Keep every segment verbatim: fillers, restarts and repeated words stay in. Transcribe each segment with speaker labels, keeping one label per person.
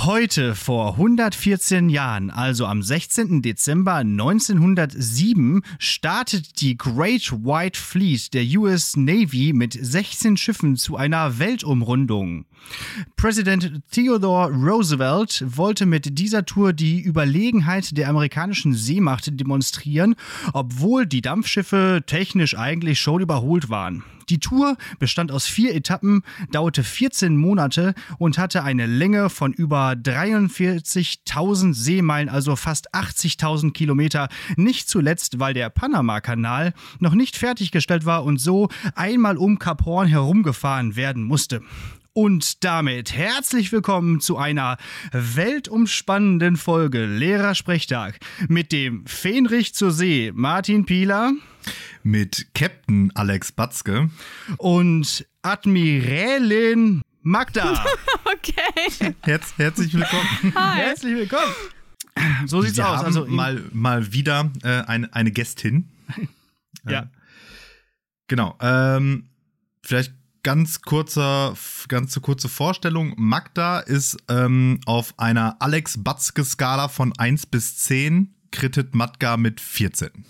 Speaker 1: Heute vor hundertvierzehn Jahren, also am sechzehnten Dezember neunzehnhundertsieben, startet die Great White Fleet der U S Navy mit sechzehn Schiffen zu einer Weltumrundung. Präsident Theodore Roosevelt wollte mit dieser Tour die Überlegenheit der amerikanischen Seemacht demonstrieren, obwohl die Dampfschiffe technisch eigentlich schon überholt waren. Die Tour bestand aus vier Etappen, dauerte vierzehn Monate und hatte eine Länge von über dreiundvierzigtausend Seemeilen, also fast achtzigtausend Kilometer. Nicht zuletzt, weil der Panama-Kanal noch nicht fertiggestellt war und so einmal um Kap Horn herumgefahren werden musste. Und damit herzlich willkommen zu einer weltumspannenden Folge Lehrersprechtag mit dem Fähnrich zur See Martin Pieler,
Speaker 2: mit Captain Alex Batzke
Speaker 1: und Admirälin Magda.
Speaker 3: Okay.
Speaker 2: Herz, herzlich willkommen.
Speaker 3: Hi.
Speaker 1: Herzlich willkommen. So sieht's
Speaker 2: Wir
Speaker 1: aus.
Speaker 2: Haben
Speaker 1: Also
Speaker 2: mal, mal wieder äh, eine, eine Gästin.
Speaker 1: Ja.
Speaker 2: Äh, genau. Ähm, vielleicht ganz kurzer, ganz kurze Vorstellung. Magda ist ähm, auf einer Alex Batzke-Skala von eins bis zehn, krittet Magda mit vierzehn.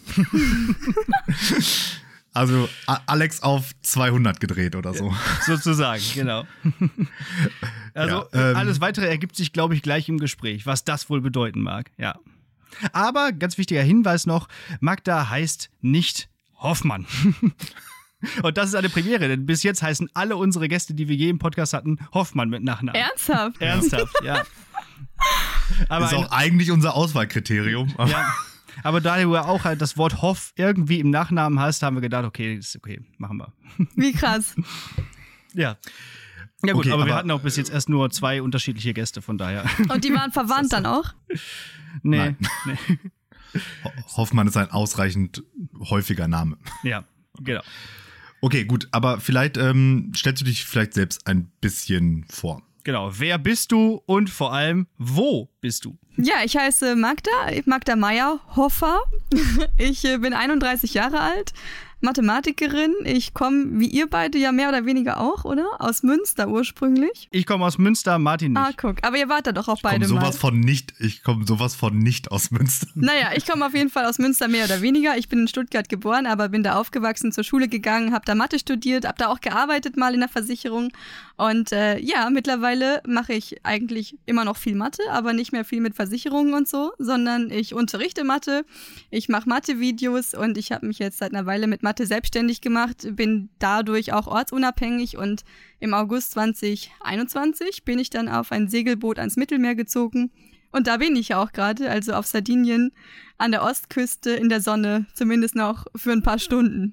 Speaker 2: Also A- Alex auf zweihundert gedreht oder so.
Speaker 1: Sozusagen, genau. Also
Speaker 2: Ja, ähm,
Speaker 1: alles Weitere ergibt sich, glaube ich, gleich im Gespräch, was das wohl bedeuten mag. Ja. Aber ganz wichtiger Hinweis noch, Magda heißt nicht Hoffmann. Und das ist eine Premiere, denn bis jetzt heißen alle unsere Gäste, die wir je im Podcast hatten, Hoffmann mit Nachnamen.
Speaker 3: Ernsthaft?
Speaker 1: Ernsthaft, ja. Aber
Speaker 2: ist auch
Speaker 1: ein,
Speaker 2: eigentlich unser Auswahlkriterium. Aber
Speaker 1: ja. Aber da du ja auch halt das Wort Hoff irgendwie im Nachnamen hast, haben wir gedacht, okay, ist okay, machen wir.
Speaker 3: Wie krass.
Speaker 1: Ja. Ja gut,
Speaker 2: Okay,
Speaker 1: aber, wir
Speaker 2: aber-
Speaker 1: hatten auch bis jetzt erst nur zwei unterschiedliche Gäste, von daher.
Speaker 3: Und die waren verwandt dann auch?
Speaker 1: Nee,
Speaker 2: Nein.
Speaker 1: nee.
Speaker 2: Ho- Hoffmann ist ein ausreichend häufiger Name.
Speaker 1: Ja, genau.
Speaker 2: Okay, gut, aber vielleicht ähm, stellst du dich vielleicht selbst ein bisschen vor.
Speaker 1: Genau. Wer bist du und vor allem, wo bist du?
Speaker 3: Ja, ich heiße Magda, Magda Meyer-Hoffer. Ich äh, bin einunddreißig Jahre alt, Mathematikerin. Ich komme, wie ihr beide ja mehr oder weniger auch, oder? Aus Münster ursprünglich.
Speaker 1: Ich komme aus Münster, Martin nicht.
Speaker 3: Ah, guck. Aber ihr wart da doch auch
Speaker 2: Ich komme
Speaker 3: beide mal.
Speaker 2: sowas von nicht, ich komme sowas von nicht aus Münster.
Speaker 3: Naja, ich komme auf jeden Fall aus Münster mehr oder weniger. Ich bin in Stuttgart geboren, aber bin da aufgewachsen, zur Schule gegangen, habe da Mathe studiert, habe da auch gearbeitet mal in der Versicherung. Und äh, ja, mittlerweile mache ich eigentlich immer noch viel Mathe, aber nicht mehr viel mit Versicherungen und so, sondern ich unterrichte Mathe, ich mache Mathe-Videos und ich habe mich jetzt seit einer Weile mit Mathe selbstständig gemacht, bin dadurch auch ortsunabhängig und im August zwanzig einundzwanzig bin ich dann auf ein Segelboot ans Mittelmeer gezogen. Und da bin ich ja auch gerade, also auf Sardinien an der Ostküste in der Sonne, zumindest noch für ein paar Stunden.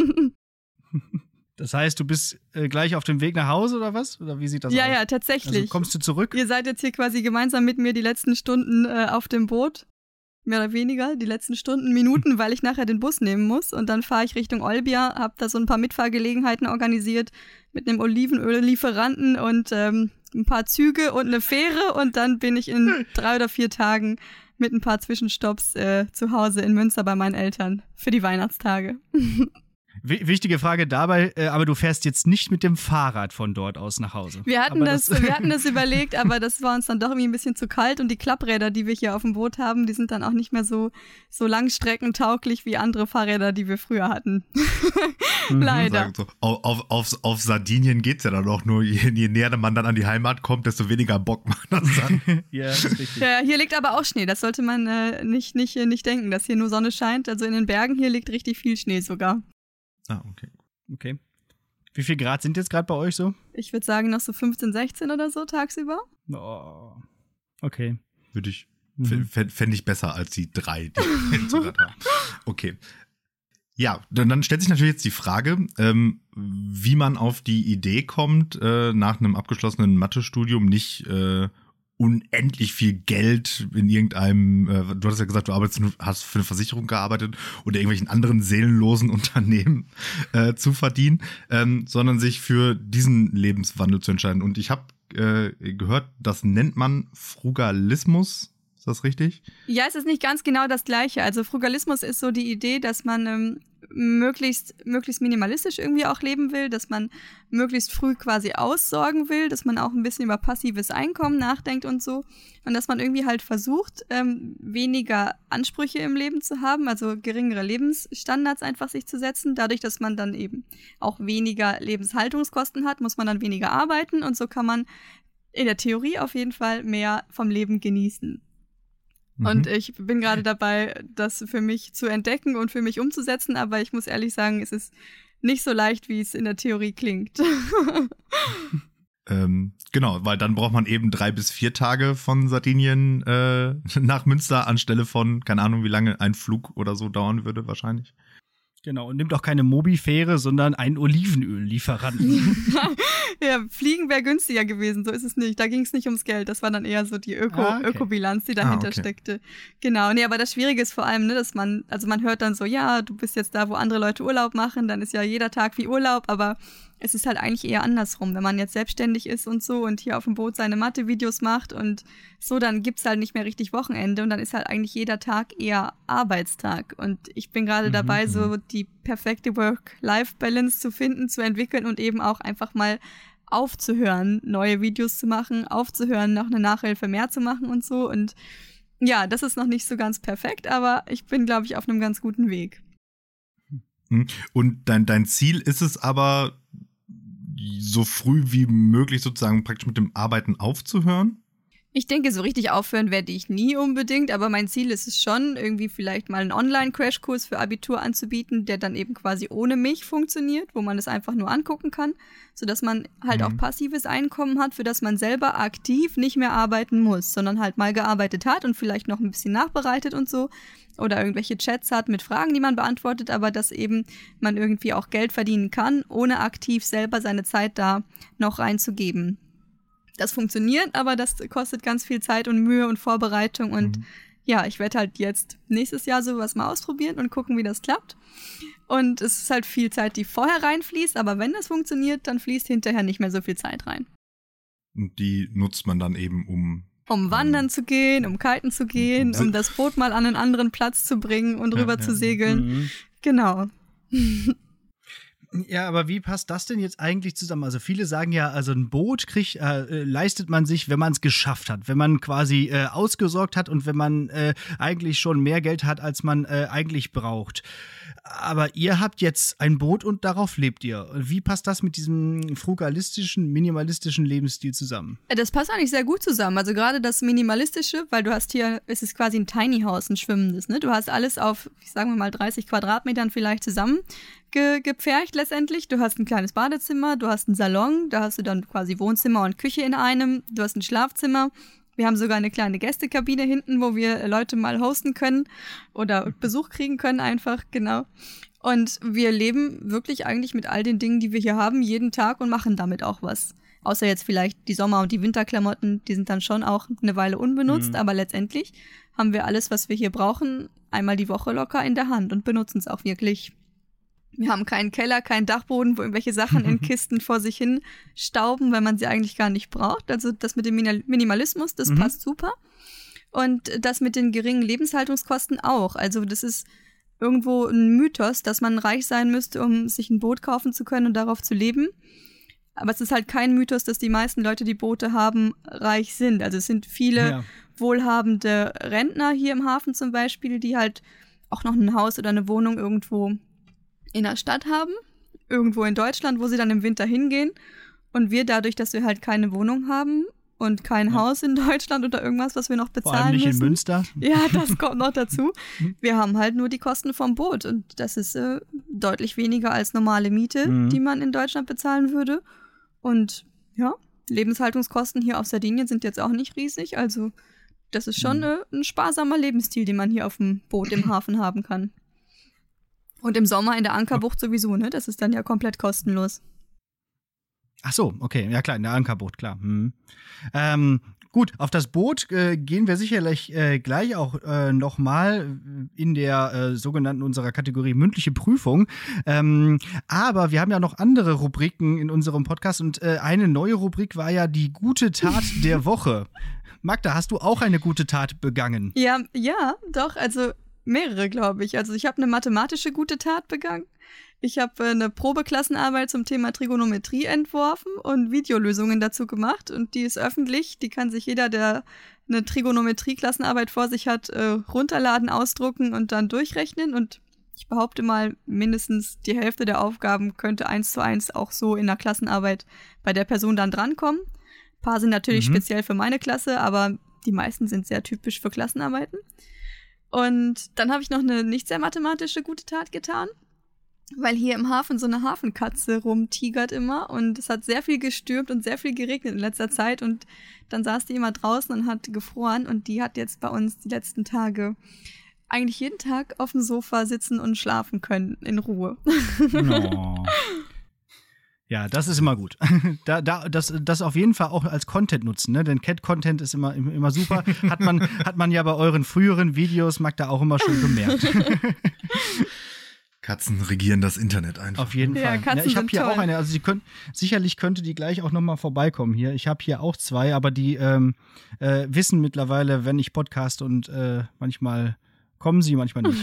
Speaker 1: Das heißt, du bist äh, gleich auf dem Weg nach Hause oder was? Oder wie sieht das
Speaker 3: ja,
Speaker 1: aus?
Speaker 3: ja, tatsächlich.
Speaker 1: Also kommst du zurück?
Speaker 3: Ihr seid jetzt hier quasi gemeinsam mit mir die letzten Stunden äh, auf dem Boot. Mehr oder weniger, die letzten Stunden, Minuten, weil ich nachher den Bus nehmen muss. Und dann fahre ich Richtung Olbia, habe da so ein paar Mitfahrgelegenheiten organisiert mit einem Olivenöllieferanten und ähm, ein paar Züge und eine Fähre. Und dann bin ich in drei oder vier Tagen mit ein paar Zwischenstopps äh, zu Hause in Münster bei meinen Eltern für die Weihnachtstage.
Speaker 1: W- wichtige Frage dabei, äh, aber du fährst jetzt nicht mit dem Fahrrad von dort aus nach Hause.
Speaker 3: Wir hatten,
Speaker 1: aber
Speaker 3: das, wir hatten das überlegt, aber das war uns dann doch irgendwie ein bisschen zu kalt und die Klappräder, die wir hier auf dem Boot haben, die sind dann auch nicht mehr so, so langstreckentauglich wie andere Fahrräder, die wir früher hatten. Leider.
Speaker 2: Sagen so. Auf, auf, auf, auf Sardinien geht's ja dann auch nur, je, je näher man dann an die Heimat kommt, desto weniger Bock macht das dann.
Speaker 1: Ja, das ist richtig.
Speaker 3: Ja, hier liegt aber auch Schnee, das sollte man äh, nicht, nicht, nicht denken, dass hier nur Sonne scheint. Also in den Bergen hier liegt richtig viel Schnee sogar.
Speaker 2: Ah, okay.
Speaker 1: Okay. Wie viel Grad sind jetzt gerade bei euch so?
Speaker 3: Ich würde sagen noch so fünfzehn, sechzehn oder so tagsüber.
Speaker 1: Oh. Okay.
Speaker 2: Würde ich,
Speaker 1: Mhm.
Speaker 2: fände ich besser als die drei, die wir jetzt gerade haben. Okay. Ja, dann, dann stellt sich natürlich jetzt die Frage, ähm, wie man auf die Idee kommt, äh, nach einem abgeschlossenen Mathestudium nicht äh, unendlich viel Geld in irgendeinem, äh, du hast ja gesagt, du arbeitest, hast für eine Versicherung gearbeitet oder irgendwelchen anderen seelenlosen Unternehmen äh, zu verdienen, ähm, sondern sich für diesen Lebenswandel zu entscheiden. Und ich habe äh, gehört, das nennt man Frugalismus. Ist das richtig?
Speaker 3: Ja, es ist nicht ganz genau das Gleiche. Also Frugalismus ist so die Idee, dass man ähm, möglichst, möglichst minimalistisch irgendwie auch leben will, dass man möglichst früh quasi aussorgen will, dass man auch ein bisschen über passives Einkommen nachdenkt und so. Und dass man irgendwie halt versucht, ähm, weniger Ansprüche im Leben zu haben, also geringere Lebensstandards einfach sich zu setzen. Dadurch, dass man dann eben auch weniger Lebenshaltungskosten hat, muss man dann weniger arbeiten und so kann man in der Theorie auf jeden Fall mehr vom Leben genießen. Und ich bin gerade dabei, das für mich zu entdecken und für mich umzusetzen, aber ich muss ehrlich sagen, es ist nicht so leicht, wie es in der Theorie klingt.
Speaker 2: ähm, genau, weil dann braucht man eben drei bis vier Tage von Sardinien äh, nach Münster anstelle von, keine Ahnung, wie lange ein Flug oder so dauern würde wahrscheinlich.
Speaker 1: Genau, und nimmt auch keine Mobi-Fähre, sondern einen Olivenöllieferanten.
Speaker 3: Ja, Fliegen wäre günstiger gewesen, so ist es nicht. Da ging es nicht ums Geld, das war dann eher so die Öko-
Speaker 1: ah, okay.
Speaker 3: Ökobilanz, die dahinter
Speaker 2: ah, okay.
Speaker 3: steckte. Genau, nee, aber das Schwierige ist vor allem, ne, dass man, also man hört dann so, ja, du bist jetzt da, wo andere Leute Urlaub machen, dann ist ja jeder Tag wie Urlaub, aber es ist halt eigentlich eher andersrum. Wenn man jetzt selbstständig ist und so und hier auf dem Boot seine Mathe-Videos macht und so, dann gibt's halt nicht mehr richtig Wochenende und dann ist halt eigentlich jeder Tag eher Arbeitstag. Und ich bin gerade mhm, dabei, mhm. so die perfekte Work-Life-Balance zu finden, zu entwickeln und eben auch einfach mal aufzuhören, neue Videos zu machen, aufzuhören, noch eine Nachhilfe mehr zu machen und so. Und ja, das ist noch nicht so ganz perfekt, aber ich bin, glaube ich, auf einem ganz guten Weg.
Speaker 2: Und dein, dein Ziel ist es aber, so früh wie möglich sozusagen praktisch mit dem Arbeiten aufzuhören?
Speaker 3: Ich denke, so richtig aufhören werde ich nie unbedingt, aber mein Ziel ist es schon, irgendwie vielleicht mal einen Online-Crashkurs für Abitur anzubieten, der dann eben quasi ohne mich funktioniert, wo man es einfach nur angucken kann, sodass man halt mhm. auch passives Einkommen hat, für das man selber aktiv nicht mehr arbeiten muss, sondern halt mal gearbeitet hat und vielleicht noch ein bisschen nachbereitet und so oder irgendwelche Chats hat mit Fragen, die man beantwortet, aber dass eben man irgendwie auch Geld verdienen kann, ohne aktiv selber seine Zeit da noch reinzugeben. Das funktioniert, aber das kostet ganz viel Zeit und Mühe und Vorbereitung und mhm. ja, ich werde halt jetzt nächstes Jahr sowas mal ausprobieren und gucken, wie das klappt. Und es ist halt viel Zeit, die vorher reinfließt, aber wenn das funktioniert, dann fließt hinterher nicht mehr so viel Zeit rein.
Speaker 2: Und die nutzt man dann eben, um
Speaker 3: Um wandern um, zu gehen, um kiten zu gehen, um, um das Boot mal an einen anderen Platz zu bringen und rüber ja, zu ja. segeln. Mhm. Genau.
Speaker 1: Ja, aber wie passt das denn jetzt eigentlich zusammen? Also viele sagen ja, also ein Boot kriegt, äh, leistet man sich, wenn man es geschafft hat, wenn man quasi äh, ausgesorgt hat und wenn man äh, eigentlich schon mehr Geld hat, als man äh, eigentlich braucht. Aber ihr habt jetzt ein Boot und darauf lebt ihr. Wie passt das mit diesem frugalistischen, minimalistischen Lebensstil zusammen?
Speaker 3: Das passt eigentlich sehr gut zusammen. Also gerade das Minimalistische, weil du hast hier, es ist quasi ein Tiny House, ein schwimmendes, ne? Du hast alles auf, sagen wir mal, dreißig Quadratmetern vielleicht zusammen ge- gepfercht letztendlich. Du hast ein kleines Badezimmer, du hast einen Salon, da hast du dann quasi Wohnzimmer und Küche in einem, du hast ein Schlafzimmer. Wir haben sogar eine kleine Gästekabine hinten, wo wir Leute mal hosten können oder Besuch kriegen können einfach, genau. Und wir leben wirklich eigentlich mit all den Dingen, die wir hier haben, jeden Tag und machen damit auch was. Außer jetzt vielleicht die Sommer- und die Winterklamotten, die sind dann schon auch eine Weile unbenutzt, mhm. aber letztendlich haben wir alles, was wir hier brauchen, einmal die Woche locker in der Hand und benutzen es auch wirklich. Wir haben keinen Keller, keinen Dachboden, wo irgendwelche Sachen in Kisten vor sich hin stauben, weil man sie eigentlich gar nicht braucht. Also das mit dem Minimalismus, das mhm. passt super. Und das mit den geringen Lebenshaltungskosten auch. Also das ist irgendwo ein Mythos, dass man reich sein müsste, um sich ein Boot kaufen zu können und darauf zu leben. Aber es ist halt kein Mythos, dass die meisten Leute, die Boote haben, reich sind. Also es sind viele ja. wohlhabende Rentner hier im Hafen zum Beispiel, die halt auch noch ein Haus oder eine Wohnung irgendwo in der Stadt haben, irgendwo in Deutschland, wo sie dann im Winter hingehen. Und wir dadurch, dass wir halt keine Wohnung haben und kein ja. Haus in Deutschland oder irgendwas, was wir noch bezahlen
Speaker 1: Vor allem nicht
Speaker 3: müssen.
Speaker 1: in Münster.
Speaker 3: Ja, das kommt noch dazu. Wir haben halt nur die Kosten vom Boot und das ist äh, deutlich weniger als normale Miete, mhm. die man in Deutschland bezahlen würde. Und ja, Lebenshaltungskosten hier auf Sardinien sind jetzt auch nicht riesig, also das ist schon mhm. äh, ein sparsamer Lebensstil, den man hier auf dem Boot im Hafen haben kann. Und im Sommer in der Ankerbucht sowieso, ne? Das ist dann ja komplett kostenlos.
Speaker 1: Ach so, okay, ja klar, in der Ankerbucht, klar. Hm. Ähm, gut, auf das Boot äh, gehen wir sicherlich äh, gleich auch äh, nochmal in der äh, sogenannten unserer Kategorie mündliche Prüfung. Ähm, aber wir haben ja noch andere Rubriken in unserem Podcast und äh, eine neue Rubrik war ja die gute Tat der Woche. Magda, hast du auch eine gute Tat begangen?
Speaker 3: Ja, ja, doch, also mehrere, glaube ich. Also ich habe eine mathematische gute Tat begangen. Ich habe äh, eine Probeklassenarbeit zum Thema Trigonometrie entworfen und Videolösungen dazu gemacht. Und die ist öffentlich. Die kann sich jeder, der eine Trigonometrie-Klassenarbeit vor sich hat, äh, runterladen, ausdrucken und dann durchrechnen. Und ich behaupte mal, mindestens die Hälfte der Aufgaben könnte eins zu eins auch so in der Klassenarbeit bei der Person dann drankommen. Ein paar sind natürlich mhm. speziell für meine Klasse, aber die meisten sind sehr typisch für Klassenarbeiten. Und dann habe ich noch eine nicht sehr mathematische gute Tat getan, weil hier im Hafen so eine Hafenkatze rumtigert immer und es hat sehr viel gestürmt und sehr viel geregnet in letzter Zeit und dann saß die immer draußen und hat gefroren und die hat jetzt bei uns die letzten Tage eigentlich jeden Tag auf dem Sofa sitzen und schlafen können in Ruhe.
Speaker 1: Oh. Ja, das ist immer gut. Da, da, das, das auf jeden Fall auch als Content nutzen, ne? Denn Cat-Content ist immer, immer super. Hat man, hat man ja bei euren früheren Videos, Magda, auch immer schon gemerkt.
Speaker 2: Katzen regieren das Internet einfach.
Speaker 1: Auf jeden
Speaker 3: ja,
Speaker 1: Fall.
Speaker 3: Katzen
Speaker 1: Ja, ich habe hier
Speaker 3: toll.
Speaker 1: auch eine, also sie können, sicherlich könnte die gleich auch nochmal vorbeikommen hier. Ich habe hier auch zwei, aber die ähm, äh, wissen mittlerweile, wenn ich podcast und äh, manchmal kommen sie, manchmal nicht.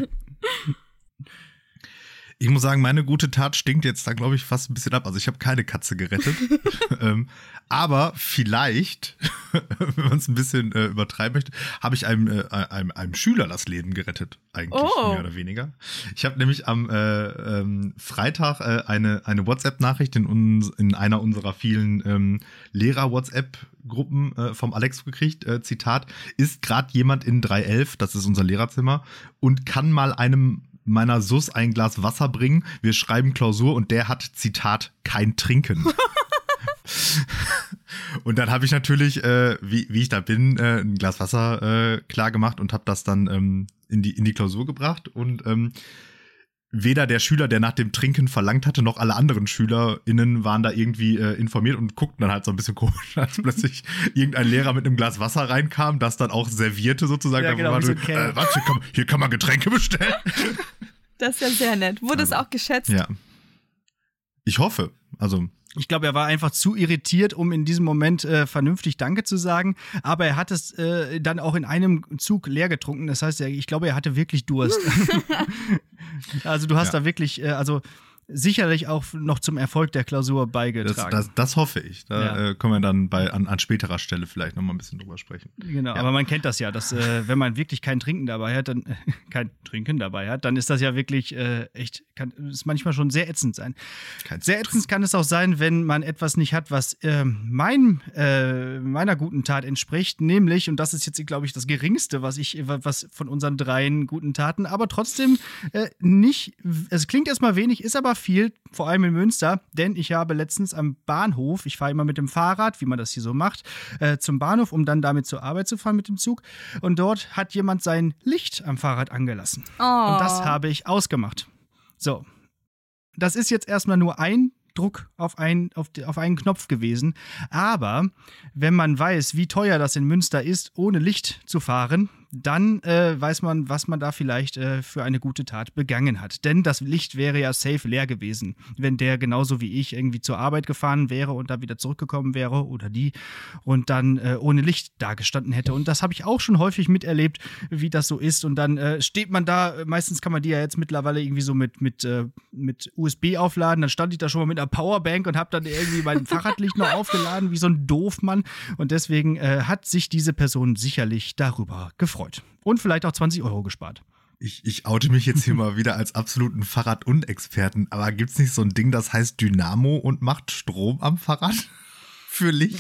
Speaker 2: Ich muss sagen, meine gute Tat stinkt jetzt da, glaube ich, fast ein bisschen ab. Also ich habe keine Katze gerettet. ähm, aber vielleicht, wenn man es ein bisschen äh, übertreiben möchte, habe ich einem, äh, einem, einem Schüler das Leben gerettet, eigentlich,
Speaker 3: Oh.
Speaker 2: mehr oder weniger. Ich habe nämlich am äh, ähm, Freitag äh, eine, eine WhatsApp-Nachricht in, uns, in einer unserer vielen ähm, Lehrer-WhatsApp-Gruppen äh, vom Alex gekriegt. Äh, Zitat, ist gerade jemand in drei elf, das ist unser Lehrerzimmer, und kann mal einem meiner S U S ein Glas Wasser bringen. Wir schreiben Klausur und der hat, Zitat, kein Trinken. Und dann habe ich natürlich, äh, wie, wie ich da bin, äh, ein Glas Wasser äh, klar gemacht und habe das dann ähm, in, die, in die Klausur gebracht. Und ähm, weder der Schüler, der nach dem Trinken verlangt hatte, noch alle anderen SchülerInnen waren da irgendwie äh, informiert und guckten dann halt so ein bisschen komisch, als plötzlich irgendein Lehrer mit einem Glas Wasser reinkam, das dann auch servierte sozusagen.
Speaker 1: Ja,
Speaker 2: Da
Speaker 1: genau,
Speaker 2: war
Speaker 1: wie so
Speaker 2: so,
Speaker 1: ein Kellner.
Speaker 2: äh, was, hier, kann, hier kann man Getränke bestellen.
Speaker 3: Das ist ja sehr nett. Wurde es
Speaker 2: Also,
Speaker 3: auch geschätzt?
Speaker 2: Ja. Ich hoffe. Also,
Speaker 1: Ich glaube, er war einfach zu irritiert, um in diesem Moment äh, vernünftig Danke zu sagen. Aber er hat es äh, dann auch in einem Zug leer getrunken. Das heißt, er, ich glaube, er hatte wirklich Durst. Also du hast
Speaker 2: Ja.
Speaker 1: da wirklich, äh, also sicherlich auch noch zum Erfolg der Klausur
Speaker 2: das,
Speaker 1: beigetragen.
Speaker 2: das, das hoffe ich. Da
Speaker 1: Ja.
Speaker 2: äh, können wir dann bei, an, an späterer Stelle vielleicht noch mal ein bisschen drüber sprechen.
Speaker 1: Genau,
Speaker 2: Ja.
Speaker 1: aber man kennt das ja, dass äh, wenn man wirklich kein Trinken dabei hat, dann äh, kein Trinken dabei hat, dann ist das ja wirklich äh, echt, kann es manchmal schon sehr ätzend sein.
Speaker 2: Kein
Speaker 1: Sehr ätzend kann es auch sein, wenn man etwas nicht hat, was äh, meinem, äh, meiner guten Tat entspricht, nämlich, und das ist jetzt, glaube ich, das Geringste, was ich, was von unseren dreien guten Taten, aber trotzdem äh, nicht, es klingt erstmal wenig, ist aber viel, vor allem in Münster, denn ich habe letztens am Bahnhof, ich fahre immer mit dem Fahrrad, wie man das hier so macht, äh, zum Bahnhof, um dann damit zur Arbeit zu fahren mit dem Zug, und dort hat jemand sein Licht am Fahrrad angelassen.
Speaker 3: Oh.
Speaker 1: Und das habe ich ausgemacht. So. Das ist jetzt erstmal nur ein Druck auf einen, auf, die- auf einen Knopf gewesen. Aber wenn man weiß, wie teuer das in Münster ist, ohne Licht zu fahren, dann äh, weiß man, was man da vielleicht äh, für eine gute Tat begangen hat. Denn das Licht wäre ja safe leer gewesen, wenn der genauso wie ich irgendwie zur Arbeit gefahren wäre und da wieder zurückgekommen wäre oder die und dann äh, ohne Licht dagestanden hätte. Und das habe ich auch schon häufig miterlebt, wie das so ist. Und dann äh, steht man da, meistens kann man die ja jetzt mittlerweile irgendwie so mit, mit, äh, mit U S B aufladen. Dann stand ich da schon mal mit einer Powerbank und habe dann irgendwie mein Fahrradlicht noch aufgeladen, wie so ein Doofmann. Und deswegen äh, hat sich diese Person sicherlich darüber gefreut. Und vielleicht auch zwanzig Euro gespart.
Speaker 2: Ich, ich oute mich jetzt hier mal wieder als absoluten Fahrrad-Unexperten, aber gibt's nicht so ein Ding, das heißt Dynamo und macht Strom am Fahrrad für Licht?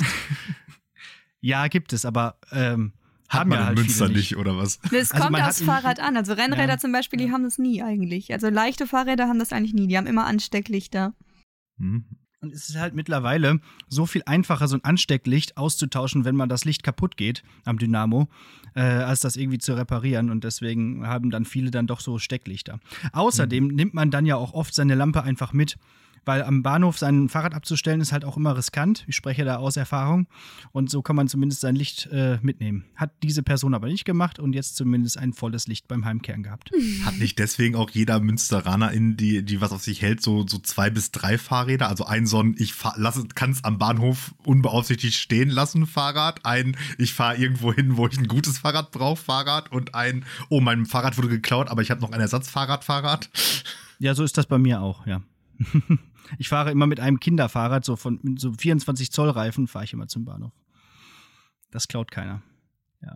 Speaker 1: Ja, gibt es, aber ähm,
Speaker 2: Hat
Speaker 1: haben
Speaker 2: man
Speaker 1: ja
Speaker 2: in
Speaker 1: halt
Speaker 2: Münster
Speaker 1: viele
Speaker 2: nicht, oder was?
Speaker 3: Es
Speaker 1: Also
Speaker 3: kommt
Speaker 1: man hat
Speaker 3: aufs
Speaker 1: in-
Speaker 3: Fahrrad an. Also Rennräder
Speaker 1: Ja.
Speaker 3: zum Beispiel, die haben das nie eigentlich. Also leichte Fahrräder haben das eigentlich nie. Die haben immer Anstecklichter.
Speaker 2: Hm.
Speaker 1: Und es ist halt mittlerweile so viel einfacher, so ein Anstecklicht auszutauschen, wenn man das Licht kaputt geht am Dynamo, äh, als das irgendwie zu reparieren. Und deswegen haben dann viele dann doch so Stecklichter. Außerdem nimmt man dann ja auch oft seine Lampe einfach mit. weil am Bahnhof sein Fahrrad abzustellen ist halt auch immer riskant. Ich spreche da aus Erfahrung. Und so kann man zumindest sein Licht äh, mitnehmen. Hat diese Person aber nicht gemacht und jetzt zumindest ein volles Licht beim Heimkehren gehabt.
Speaker 2: Hat nicht deswegen auch jeder Münsteraner, in die, die was auf sich hält, so, so zwei bis drei Fahrräder? Also ein so ein, ich kann es am Bahnhof unbeaufsichtigt stehen lassen, Fahrrad. Ein, ich fahre irgendwo hin, wo ich ein gutes Fahrrad brauche, Fahrrad. Und ein, oh, mein Fahrrad wurde geklaut, aber ich habe noch ein Ersatzfahrrad, Fahrrad.
Speaker 1: Ja, so ist das bei mir auch, ja. Ich fahre immer mit einem Kinderfahrrad, so von mit so vierundzwanzig Zoll Reifen fahre ich immer zum Bahnhof. Das klaut keiner. Ja.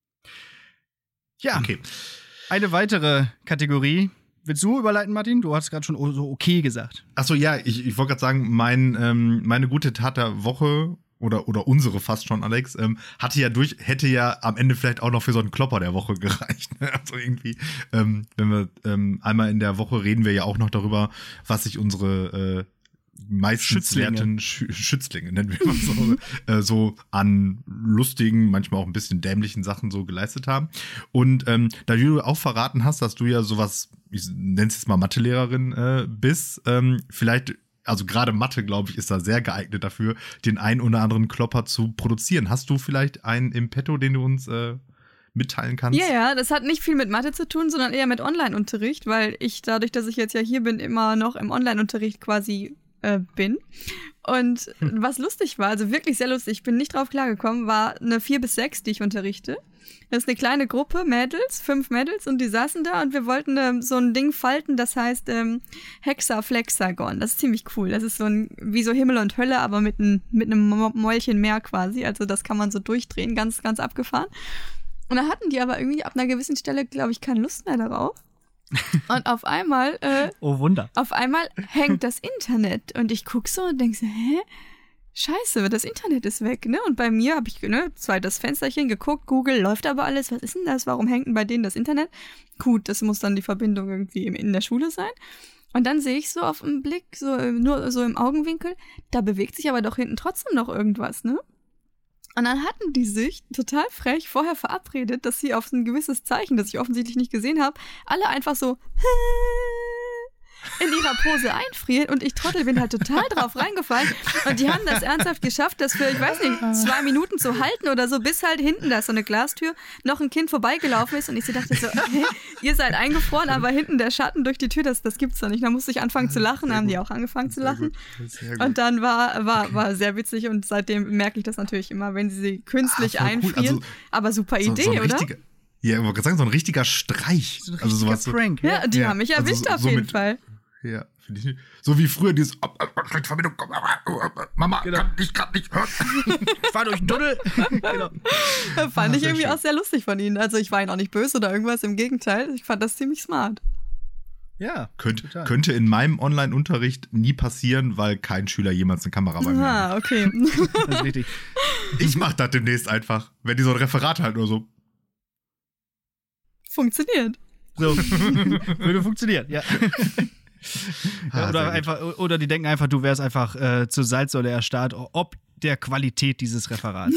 Speaker 1: Ja,
Speaker 2: okay.
Speaker 1: Eine weitere Kategorie. Willst du überleiten, Martin? Du hast gerade schon so okay gesagt.
Speaker 2: Achso, ja, ich, ich wollte gerade sagen, mein, ähm, meine gute Tat der Woche oder, oder unsere fast schon, Alex, ähm, hatte ja durch, hätte ja am Ende vielleicht auch noch für so einen Klopper der Woche gereicht. Also irgendwie, ähm, wenn wir ähm, einmal in der Woche reden wir ja auch noch darüber, was sich unsere äh, meistens werten Sch- Schützlinge, nennen wir mal so, äh, so an lustigen, manchmal auch ein bisschen dämlichen Sachen so geleistet haben. Und ähm, da du auch verraten hast, dass du ja sowas, ich nenne es jetzt mal Mathelehrerin äh, bist, ähm, vielleicht also gerade Mathe, glaube ich, ist da sehr geeignet dafür, den einen oder anderen Klopper zu produzieren. Hast du vielleicht einen im Petto, den du uns äh, mitteilen kannst?
Speaker 3: Ja, ja, das hat nicht viel mit Mathe zu tun, sondern eher mit Online-Unterricht, weil ich dadurch, dass ich jetzt ja hier bin, immer noch im Online-Unterricht quasi äh, bin. Und hm. was lustig war, also wirklich sehr lustig, ich bin nicht drauf klargekommen, war eine vier bis sechs, die ich unterrichte. Das ist eine kleine Gruppe, Mädels, fünf Mädels, und die saßen da und wir wollten ähm, so ein Ding falten, das heißt ähm, Hexaflexagon. Das ist ziemlich cool. Das ist so ein, wie so Himmel und Hölle, aber mit, ein, mit einem Mäulchen mehr quasi. Also das kann man so durchdrehen, ganz, ganz abgefahren. Und dann hatten die aber irgendwie ab einer gewissen Stelle, glaube ich, keine Lust mehr darauf. Und auf einmal, äh,
Speaker 1: oh Wunder,
Speaker 3: auf einmal hängt das Internet und ich guck so und denk so, hä? Scheiße, das Internet ist weg, ne? Und bei mir habe ich, ne, zweites Fensterchen geguckt, Google, läuft aber alles, was ist denn das? Warum hängt denn bei denen das Internet? Gut, das muss dann die Verbindung irgendwie in der Schule sein. Und dann sehe ich so auf den Blick, so nur so im Augenwinkel, da bewegt sich aber doch hinten trotzdem noch irgendwas, ne? Und dann hatten die sich total frech vorher verabredet, dass sie auf ein gewisses Zeichen, das ich offensichtlich nicht gesehen habe, alle einfach so in ihrer Pose einfrieren und ich Trottel bin halt total drauf reingefallen und die haben das ernsthaft geschafft, das für, ich weiß nicht, zwei Minuten zu halten oder so, bis halt hinten, da ist so eine Glastür, noch ein Kind vorbeigelaufen ist und ich so dachte so, hey, ihr seid eingefroren, aber hinten der Schatten durch die Tür, das, das gibt's doch nicht. Da musste ich anfangen zu lachen, haben die auch angefangen zu lachen und dann war, war, okay. war sehr witzig und seitdem merke ich das natürlich immer, wenn sie sie künstlich ah, einfrieren, cool. also, aber super Idee,
Speaker 2: so, so
Speaker 3: oder?
Speaker 2: Ja, ich wollte sagen, so ein richtiger Streich.
Speaker 1: So ein
Speaker 2: also sowas
Speaker 1: Prank.
Speaker 3: Ja, die
Speaker 2: ja.
Speaker 3: haben mich erwischt
Speaker 2: also so,
Speaker 3: auf
Speaker 2: so
Speaker 3: jeden
Speaker 2: mit,
Speaker 3: Fall.
Speaker 2: Ja, finde ich nicht. So wie früher dieses Verbindung, Mama,
Speaker 1: genau.
Speaker 2: kann dich gerade nicht hören.
Speaker 1: Ich fahr durch den Tunnel. Genau.
Speaker 3: Fand
Speaker 2: ah,
Speaker 3: ich irgendwie
Speaker 2: schön.
Speaker 3: auch sehr lustig von ihnen. Also ich war ihnen auch nicht böse oder irgendwas, im Gegenteil. Ich fand das ziemlich smart.
Speaker 1: Ja,
Speaker 2: Könnt,
Speaker 1: total.
Speaker 2: Könnte in meinem Online-Unterricht nie passieren, weil kein Schüler jemals eine Kamera bei mir hat.
Speaker 3: Ah, okay.
Speaker 1: Das ist richtig.
Speaker 2: Ich mach das demnächst einfach, wenn die so ein Referat halten oder so.
Speaker 3: Funktioniert.
Speaker 1: So, würde funktionieren, ja.
Speaker 2: Ah,
Speaker 1: ja, oder, einfach, oder die denken einfach, du wärst einfach äh, zur Salzsäule erstarrt, ob der Qualität dieses Referats.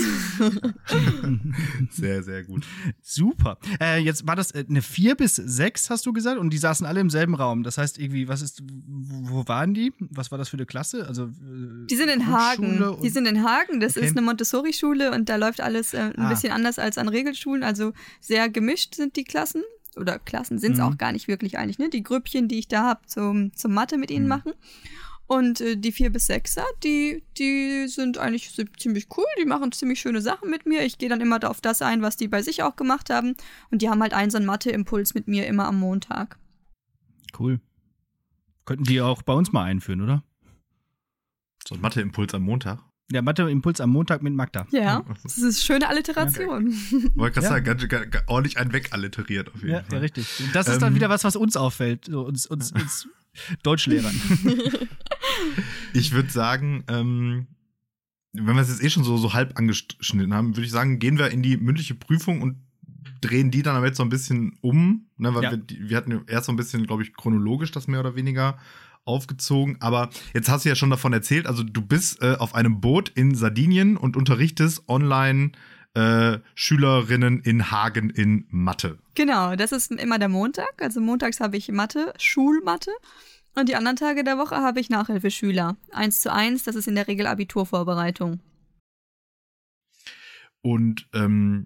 Speaker 2: Sehr, sehr gut.
Speaker 1: Super. Äh, jetzt war das eine vier bis sechs, hast du gesagt, und die saßen alle im selben Raum. Das heißt irgendwie, was ist, wo waren die? Was war das für eine Klasse? Also äh,
Speaker 3: Die sind in Hagen. Die sind in Hagen. Das okay. ist eine Montessori-Schule und da läuft alles äh, ein ah. bisschen anders als an Regelschulen. Also sehr gemischt sind die Klassen. Oder Klassen sind es mhm. auch gar nicht wirklich eigentlich, ne? Die Grüppchen, die ich da habe zum, zum Mathe mit ihnen mhm. machen. Und äh, die vier bis sechser, die, die sind eigentlich sind ziemlich cool, die machen ziemlich schöne Sachen mit mir. Ich gehe dann immer auf das ein, was die bei sich auch gemacht haben. Und die haben halt einen so einen Mathe-Impuls mit mir immer am Montag.
Speaker 1: Cool. Könnten die auch bei uns mal einführen, oder?
Speaker 2: So ein Mathe-Impuls am Montag?
Speaker 1: Ja, Mathe-Impuls am Montag mit Magda.
Speaker 3: Ja, das ist schöne Alliteration.
Speaker 2: Okay. Wollte gerade ja. sagen, ganz, ganz, ordentlich einen wegallteriert auf jeden
Speaker 1: ja,
Speaker 2: Fall.
Speaker 1: Ja, richtig. Das ist ähm, dann wieder was, was uns auffällt, so uns, uns, uns Deutschlehrern.
Speaker 2: Ich würde sagen, ähm, wenn wir es jetzt eh schon so, so halb angeschnitten haben, würde ich sagen, gehen wir in die mündliche Prüfung und drehen die dann aber jetzt so ein bisschen um. Ne, weil
Speaker 1: ja.
Speaker 2: wir, wir hatten erst so ein bisschen, glaube ich, chronologisch das mehr oder weniger aufgezogen, aber jetzt hast du ja schon davon erzählt, also du bist äh, auf einem Boot in Sardinien und unterrichtest online äh, Schülerinnen in Hagen in Mathe.
Speaker 3: Genau, das ist immer der Montag, also montags habe ich Mathe, Schulmathe Und die anderen Tage der Woche habe ich Nachhilfeschüler. Eins zu eins, das ist in der Regel Abiturvorbereitung.
Speaker 2: Und ähm,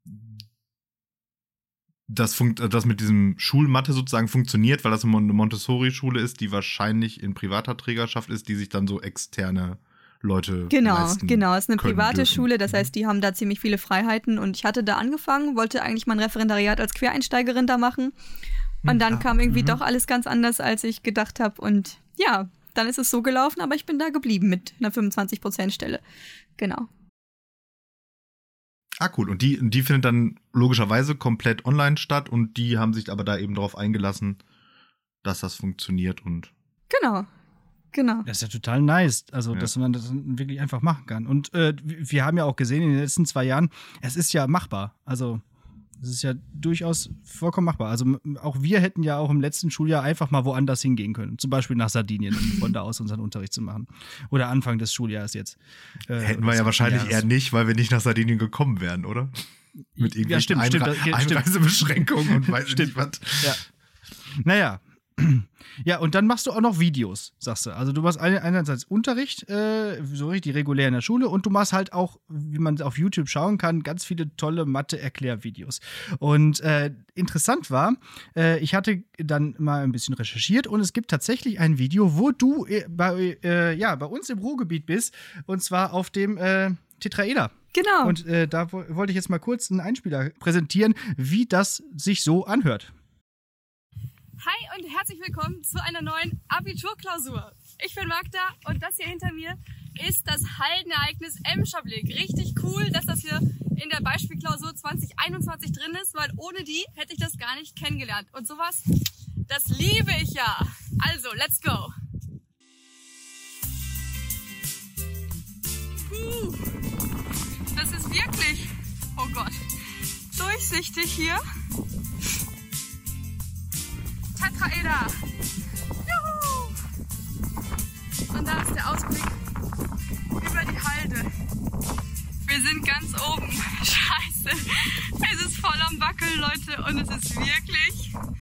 Speaker 2: das, funkt, das mit diesem Schulmathe sozusagen funktioniert, weil das eine Montessori-Schule ist, die wahrscheinlich in privater Trägerschaft ist, die sich dann so externe Leute
Speaker 3: Genau,
Speaker 2: leisten
Speaker 3: genau. Es ist eine
Speaker 2: können,
Speaker 3: private
Speaker 2: dürfen.
Speaker 3: Schule, das heißt, die haben da ziemlich viele Freiheiten. Und ich hatte da angefangen, wollte eigentlich mein Referendariat als Quereinsteigerin da machen. Und dann
Speaker 2: Ah,
Speaker 3: kam irgendwie
Speaker 2: mhm.
Speaker 3: doch alles ganz anders, als ich gedacht habe. Und ja, dann ist es so gelaufen, aber ich bin da geblieben mit einer fünfundzwanzig Prozent Stelle. Genau.
Speaker 2: Ah, cool. Und die, die findet dann logischerweise komplett online statt und die haben sich aber da eben darauf eingelassen, dass das funktioniert und.
Speaker 3: Genau. Genau.
Speaker 1: Das ist ja total nice, also
Speaker 2: Ja.
Speaker 1: dass man das wirklich einfach machen kann. Und äh, wir haben ja auch gesehen in den letzten zwei Jahren, es ist ja machbar. Also es ist ja durchaus vollkommen machbar. Also m- auch wir hätten ja auch im letzten Schuljahr einfach mal woanders hingehen können. Zum Beispiel nach Sardinien, um von da aus unseren Unterricht zu machen. Oder Anfang des Schuljahres jetzt. Äh,
Speaker 2: Hätten wir
Speaker 1: des
Speaker 2: ja wahrscheinlich
Speaker 1: Jahres.
Speaker 2: eher nicht, weil wir nicht nach Sardinien gekommen wären, oder? Mit
Speaker 1: Ja,
Speaker 2: irgendwelchen
Speaker 1: stimmt, stimmt,
Speaker 2: Einre-
Speaker 1: das- stimmt.
Speaker 2: Einreisebeschränkungen und weiß ich
Speaker 1: Stimmt.
Speaker 2: nicht was.
Speaker 1: Ja. Naja. Ja, und dann machst du auch noch Videos, sagst du. Also du machst eine- einerseits Unterricht, äh, so richtig regulär in der Schule, und du machst halt auch, wie man auf YouTube schauen kann, ganz viele tolle Mathe-Erklärvideos. Und äh, interessant war, äh, ich hatte dann mal ein bisschen recherchiert und es gibt tatsächlich ein Video, wo du äh, bei, äh, ja, bei uns im Ruhrgebiet bist, und zwar auf dem äh, Tetraeder.
Speaker 3: Genau.
Speaker 1: Und äh, da wo- wollte ich jetzt mal kurz einen Einspieler präsentieren, wie das sich so anhört.
Speaker 4: Hi und herzlich willkommen zu einer neuen Abiturklausur. Ich bin Magda und das hier hinter mir ist das Hallenereignis Emscher Blick. Richtig cool, dass das hier in der Beispielklausur zwanzig einundzwanzig drin ist, weil ohne die hätte ich das gar nicht kennengelernt. Und sowas, das liebe ich ja. Also, let's go. Puh, das ist wirklich, oh Gott, durchsichtig hier. Tetraeder. Juhu! Und da ist der Ausblick über die Halde. Wir sind ganz oben. Scheiße. Es ist voll am Wackeln, Leute. Und es ist wirklich...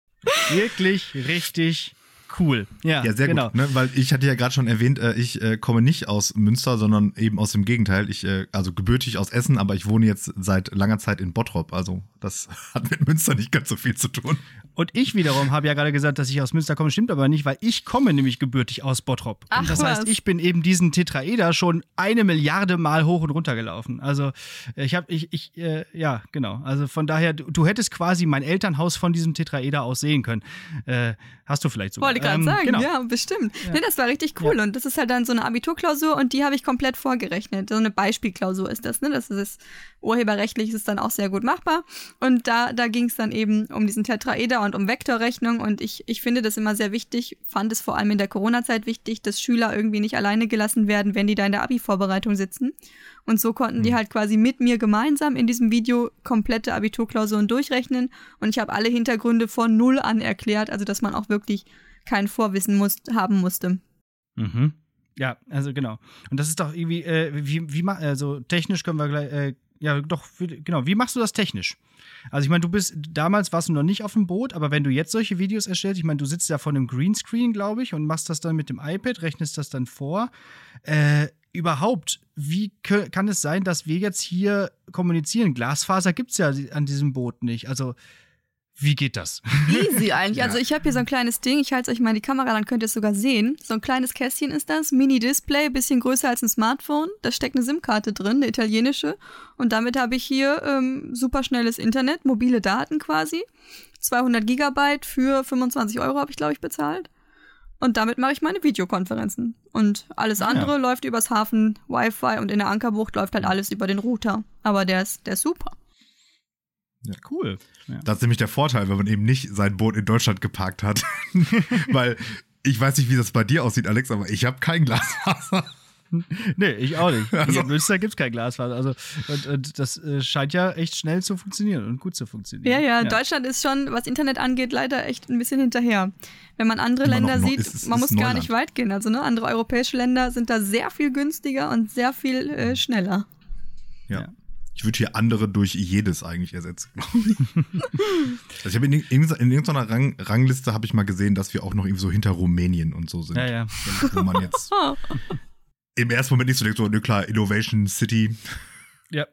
Speaker 1: Wirklich richtig cool. Ja,
Speaker 2: Ja, sehr
Speaker 1: genau.
Speaker 2: gut, ne? Weil ich hatte ja gerade schon erwähnt, äh, ich äh, komme nicht aus Münster, sondern eben aus dem Gegenteil. Ich, äh, also gebürtig aus Essen, aber ich wohne jetzt seit langer Zeit in Bottrop. Also das hat mit Münster nicht ganz so viel zu tun.
Speaker 1: Und ich wiederum habe ja gerade gesagt, dass ich aus Münster komme, stimmt aber nicht, weil ich komme nämlich gebürtig aus Bottrop.
Speaker 3: Ach,
Speaker 1: und das heißt,
Speaker 3: was.
Speaker 1: ich bin eben diesen Tetraeder schon eine Milliarde Mal hoch und runter gelaufen. Also ich habe, ich, ich, äh, ja, genau. Also von daher, du, du hättest quasi mein Elternhaus von diesem Tetraeder aus sehen können. Äh, hast du vielleicht sogar.
Speaker 3: Wollte gerade
Speaker 1: Ähm,
Speaker 3: sagen,
Speaker 1: genau.
Speaker 3: ja, bestimmt. Nee, das war richtig cool. Und das ist halt dann so eine Abiturklausur und die habe ich komplett vorgerechnet. So eine Beispielklausur ist das, ne? Das ist urheberrechtlich ist es dann auch sehr gut machbar. Und da, da ging es dann eben um diesen Tetraeder und um Vektorrechnung. Und ich, ich finde das immer sehr wichtig, fand es vor allem in der Corona-Zeit wichtig, dass Schüler irgendwie nicht alleine gelassen werden, wenn die da in der Abi-Vorbereitung sitzen. Und so konnten die halt quasi mit mir gemeinsam in diesem Video komplette Abiturklausuren durchrechnen. Und ich habe alle Hintergründe von null an erklärt, also dass man auch wirklich kein Vorwissen muss, haben musste.
Speaker 1: Mhm. Ja, also genau. Und das ist doch irgendwie, äh, wie, wie ma- also technisch können wir gleich, äh, ja doch, wie- genau, wie machst du das technisch? Also ich meine, du bist, damals warst du noch nicht auf dem Boot, aber wenn du jetzt solche Videos erstellst, ich meine, du sitzt ja vor einem Greenscreen, glaube ich, und machst das dann mit dem iPad, rechnest das dann vor. Äh, überhaupt, wie kö- kann es sein, dass wir jetzt hier kommunizieren? Glasfaser gibt's ja an diesem Boot nicht. Also, wie geht das?
Speaker 3: Easy eigentlich.
Speaker 2: Ja.
Speaker 3: Also ich habe hier so ein kleines Ding, ich halte euch mal in die Kamera, dann könnt ihr es sogar sehen. So ein kleines Kästchen ist das, Mini-Display, bisschen größer als ein Smartphone. Da steckt eine SIM-Karte drin, eine italienische. Und damit habe ich hier ähm, super schnelles Internet, mobile Daten quasi. zweihundert Gigabyte für fünfundzwanzig Euro habe ich, glaube ich, bezahlt. Und damit mache ich meine Videokonferenzen. Und alles
Speaker 1: Ah,
Speaker 3: andere
Speaker 1: ja.
Speaker 3: läuft übers Hafen, Wi-Fi und in der Ankerbucht läuft halt alles über den Router. Aber der ist, der ist super.
Speaker 1: Cool. Ja.
Speaker 2: Das ist nämlich der Vorteil, wenn man eben nicht sein Boot in Deutschland geparkt hat. Weil ich weiß nicht, wie das bei dir aussieht, Alex, aber ich habe kein Glasfaser.
Speaker 1: Nee, ich auch nicht.
Speaker 2: Also-
Speaker 1: Hier in Münster gibt es kein Glasfaser. Also, und, und das äh, scheint ja echt schnell zu funktionieren und gut zu funktionieren.
Speaker 3: Ja, ja, Deutschland ist schon, was Internet angeht, leider echt ein bisschen hinterher. Wenn man andere
Speaker 2: Immer
Speaker 3: Länder
Speaker 2: noch,
Speaker 3: sieht,
Speaker 2: ist- ist-
Speaker 3: man
Speaker 2: ist
Speaker 3: muss gar
Speaker 2: Neuland.
Speaker 3: nicht weit gehen. Also ne, andere europäische Länder sind da sehr viel günstiger und sehr viel äh, schneller.
Speaker 2: Ja.
Speaker 1: Ja.
Speaker 2: Ich würde hier andere durch jedes eigentlich ersetzen. Also ich habe in, in, in irgendeiner Rang, Rangliste habe ich mal gesehen, dass wir auch noch irgendwie so hinter Rumänien und so sind.
Speaker 1: Ja, ja.
Speaker 2: Wo man jetzt im ersten Moment nicht so denkt, so, ne, klar, Innovation City.
Speaker 1: Ja.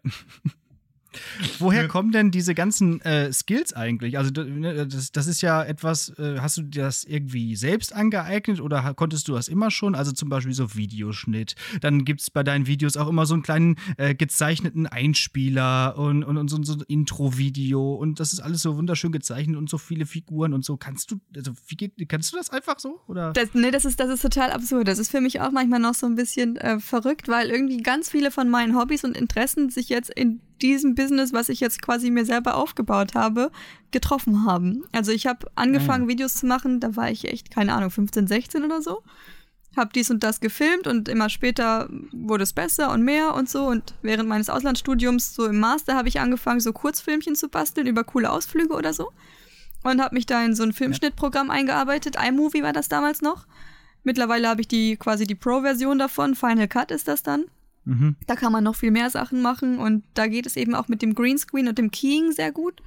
Speaker 1: Woher kommen denn diese ganzen äh, Skills eigentlich? Also das, das ist ja etwas, äh, hast du dir das irgendwie selbst angeeignet oder konntest du das immer schon? Also zum Beispiel so Videoschnitt. Dann gibt es bei deinen Videos auch immer so einen kleinen äh, gezeichneten Einspieler und, und, und so, so ein Intro-Video und das ist alles so wunderschön gezeichnet und so viele Figuren und so. Kannst du, also wie geht, kannst du das einfach so? Oder?
Speaker 3: Das, nee, das ist, das ist total absurd. Das ist für mich auch manchmal noch so ein bisschen äh, verrückt, weil irgendwie ganz viele von meinen Hobbys und Interessen sich jetzt in diesem Business, was ich jetzt quasi mir selber aufgebaut habe, getroffen haben. Also ich habe angefangen,
Speaker 1: ja.
Speaker 3: Videos zu machen, da war ich echt, keine Ahnung, fünfzehn, sechzehn oder so. Hab dies und das gefilmt und immer später wurde es besser und mehr und so. Und während meines Auslandsstudiums, so im Master, habe ich angefangen, so Kurzfilmchen zu basteln über coole Ausflüge oder so. Und habe mich da in so ein Filmschnittprogramm ja. eingearbeitet. iMovie war das damals noch. Mittlerweile habe ich die quasi die Pro-Version davon. Final Cut ist das dann. Mhm. Da kann man noch viel mehr Sachen machen und da geht es eben auch mit dem Greenscreen und dem Keying sehr gut.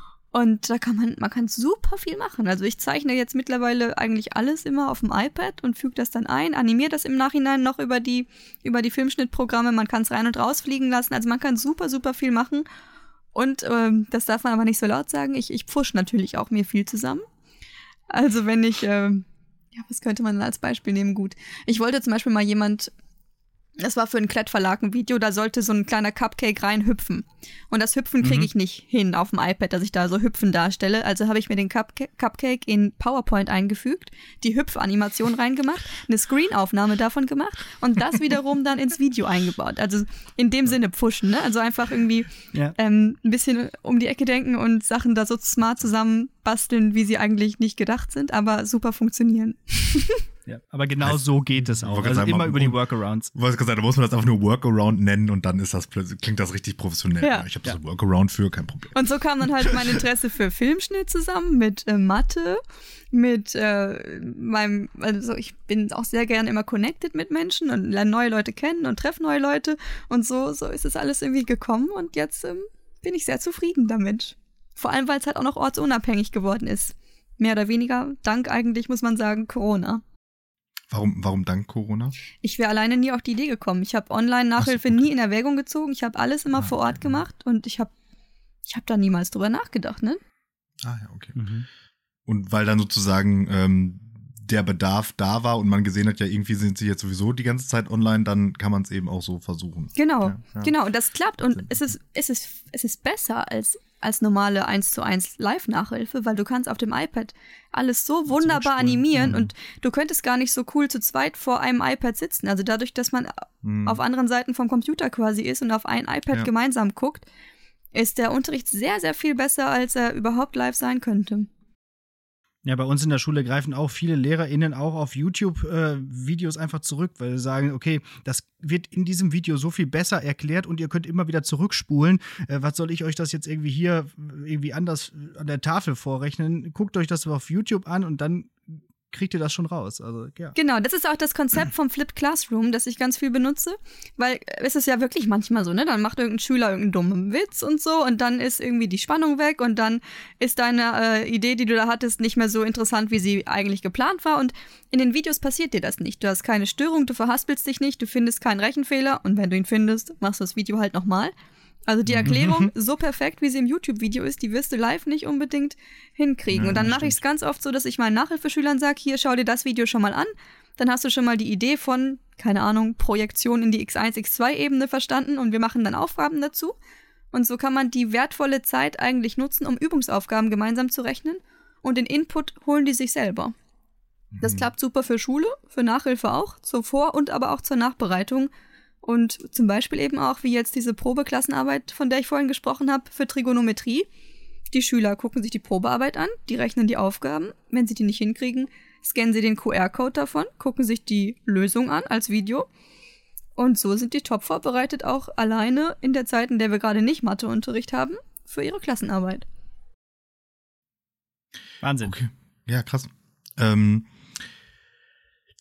Speaker 3: Und da kann man, man kann super viel machen. Also ich zeichne jetzt mittlerweile eigentlich alles immer auf dem iPad und füge das dann ein, animiere das im Nachhinein noch über die, über die Filmschnittprogramme. Man kann es rein und raus fliegen lassen. Also man kann super, super viel machen. Und ähm, das darf man aber nicht so laut sagen. Ich, ich pfusch natürlich auch mir viel zusammen. Also wenn ich, ähm, ja, was könnte man als Beispiel nehmen? Gut. Ich wollte zum Beispiel mal jemand Das war für einen Klett-Verlag ein Video, da sollte so ein kleiner Cupcake reinhüpfen. Und das Hüpfen kriege mhm. ich nicht hin auf dem iPad, dass ich da so Hüpfen darstelle. Also habe ich mir den Cupca- Cupcake in PowerPoint eingefügt, die Hüpfanimation reingemacht, eine Screenaufnahme davon gemacht und das wiederum dann ins Video eingebaut. Also in dem Sinne pushen, ne? Also einfach irgendwie ja. ähm, ein bisschen um die Ecke denken und Sachen da so smart zusammen basteln, wie sie eigentlich nicht gedacht sind, aber super funktionieren.
Speaker 1: Ja, aber genau heißt, so geht es auch. Also sagen, immer man, über die Workarounds.
Speaker 2: Du hast gesagt, da muss man das einfach nur Workaround nennen und dann ist das plötzlich, klingt das richtig professionell.
Speaker 3: Ja.
Speaker 2: Ich habe
Speaker 3: ja.
Speaker 2: so ein Workaround für, kein Problem.
Speaker 3: Und so kam dann halt mein Interesse für Filmschnitt zusammen mit äh, Mathe, mit äh, meinem, also ich bin auch sehr gerne immer connected mit Menschen und lerne neue Leute kennen und treffe neue Leute und so, so ist es alles irgendwie gekommen und jetzt ähm, bin ich sehr zufrieden damit. Vor allem, weil es halt auch noch ortsunabhängig geworden ist. Mehr oder weniger, dank eigentlich, muss man sagen, Corona.
Speaker 2: Warum, warum dank Corona?
Speaker 3: Ich wäre alleine nie auf die Idee gekommen. Ich habe Online-Nachhilfe so, okay. nie in Erwägung gezogen. Ich habe alles immer ah, vor Ort okay. gemacht und ich habe ich hab da niemals drüber nachgedacht, ne?
Speaker 2: Ah ja, okay. Mhm. Und weil dann sozusagen ähm, der Bedarf da war und man gesehen hat, ja, irgendwie sind sie jetzt sowieso die ganze Zeit online, dann kann man es eben auch so versuchen.
Speaker 3: Genau,
Speaker 2: ja, ja.
Speaker 3: genau. Und das klappt und es ist, es ist, es ist besser als als normale eins zu eins Live-Nachhilfe, weil du kannst auf dem iPad alles so wunderbar animieren mhm. und du könntest gar nicht so cool zu zweit vor einem iPad sitzen. Also dadurch, dass man mhm. auf anderen Seiten vom Computer quasi ist und auf ein iPad ja. gemeinsam guckt, ist der Unterricht sehr, sehr viel besser, als er überhaupt live sein könnte.
Speaker 1: Ja, bei uns in der Schule greifen auch viele LehrerInnen auch auf YouTube-Videos äh, einfach zurück, weil sie sagen, okay, das wird in diesem Video so viel besser erklärt und ihr könnt immer wieder zurückspulen. Äh, was soll ich euch das jetzt irgendwie hier irgendwie anders an der Tafel vorrechnen? Guckt euch das auf YouTube an und dann kriegt ihr das schon raus. Also, ja.
Speaker 3: Genau, das ist auch das Konzept vom Flipped Classroom, das ich ganz viel benutze, weil es ist ja wirklich manchmal so, ne, dann macht irgendein Schüler irgendeinen dummen Witz und so und dann ist irgendwie die Spannung weg und dann ist deine äh, Idee, die du da hattest, nicht mehr so interessant, wie sie eigentlich geplant war und in den Videos passiert dir das nicht. Du hast keine Störung, du verhaspelst dich nicht, du findest keinen Rechenfehler und wenn du ihn findest, machst du das Video halt nochmal. Also die Erklärung, so perfekt, wie sie im YouTube-Video ist, die wirst du live nicht unbedingt hinkriegen. Ja, und dann mache ich es ganz oft so, dass ich meinen Nachhilfeschülern sage, hier, schau dir das Video schon mal an. Dann hast du schon mal die Idee von, keine Ahnung, Projektion in die X eins, X zwei Ebene verstanden und wir machen dann Aufgaben dazu. Und so kann man die wertvolle Zeit eigentlich nutzen, um Übungsaufgaben gemeinsam zu rechnen. Und den Input holen die sich selber. Das klappt super für Schule, für Nachhilfe auch, zur Vor- und aber auch zur Nachbereitung. Und zum Beispiel eben auch, wie jetzt diese Probeklassenarbeit, von der ich vorhin gesprochen habe, für Trigonometrie. Die Schüler gucken sich die Probearbeit an, die rechnen die Aufgaben. Wenn sie die nicht hinkriegen, scannen sie den Q R-Code davon, gucken sich die Lösung an als Video. Und so sind die top vorbereitet, auch alleine in der Zeit, in der wir gerade nicht Matheunterricht haben, für ihre Klassenarbeit.
Speaker 1: Wahnsinn.
Speaker 2: Okay. Ja, krass. Ähm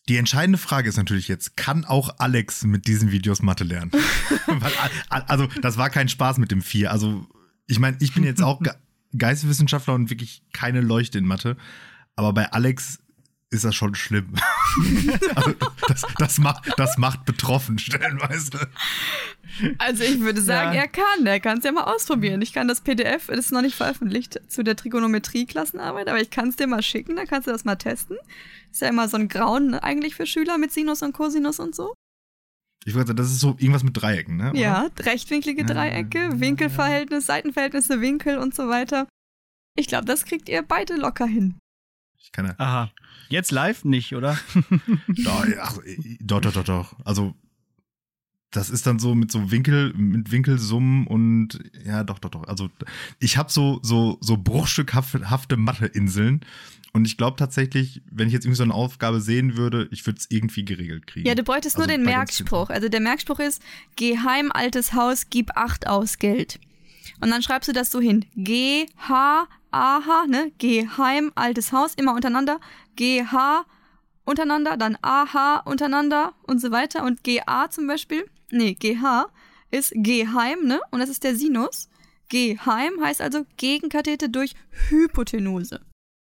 Speaker 2: Die entscheidende Frage ist natürlich jetzt, kann auch Alex mit diesen Videos Mathe lernen? Weil, also, das war kein Spaß mit dem vier. Also, ich meine, ich bin jetzt auch Ge- Geisteswissenschaftler und wirklich keine Leuchte in Mathe. Aber bei Alex ist das schon schlimm. Also, das, das, macht, das macht betroffen stellenweise.
Speaker 3: Also ich würde sagen,
Speaker 1: Ja.
Speaker 3: er kann. Er kann es ja mal ausprobieren. Ich kann das P D F, das ist noch nicht veröffentlicht, zu der Trigonometrie-Klassenarbeit, aber ich kann es dir mal schicken, dann kannst du das mal testen. Ist ja immer so ein Grauen ne, eigentlich für Schüler mit Sinus und Cosinus und so.
Speaker 2: Ich würde sagen, das ist so irgendwas mit Dreiecken, ne? Oder?
Speaker 3: Ja, rechtwinklige
Speaker 2: Ja,
Speaker 3: Dreiecke,
Speaker 2: ja,
Speaker 3: Winkelverhältnis, Seitenverhältnisse, Winkel und so weiter. Ich glaube, das kriegt ihr beide locker hin.
Speaker 2: Ich kann ja.
Speaker 1: Aha. Jetzt live nicht, oder?
Speaker 2: Doch, ach, doch, doch, doch, doch. Also, das ist dann so mit so Winkel, mit Winkelsummen und ja, doch, doch, doch. Also, ich habe so, so, so bruchstückhafte Mathe-Inseln und ich glaube tatsächlich, wenn ich jetzt irgendwie so eine Aufgabe sehen würde, ich würde es irgendwie geregelt kriegen.
Speaker 3: Ja, du bräuchtest
Speaker 2: Also
Speaker 3: nur den
Speaker 2: bei ganz
Speaker 3: Merkspruch. Also der Merkspruch ist, geh heim, altes Haus, gib acht aus Geld. Und dann schreibst du das so hin. G, H, A, H, ne? Geh heim, altes Haus, immer untereinander. G, H, untereinander, dann A, H, untereinander und so weiter. Und G, A zum Beispiel, nee, G, H ist Geh heim, ne? Und das ist der Sinus. Geh heim heißt also Gegenkathete durch Hypotenuse.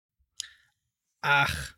Speaker 1: Ach.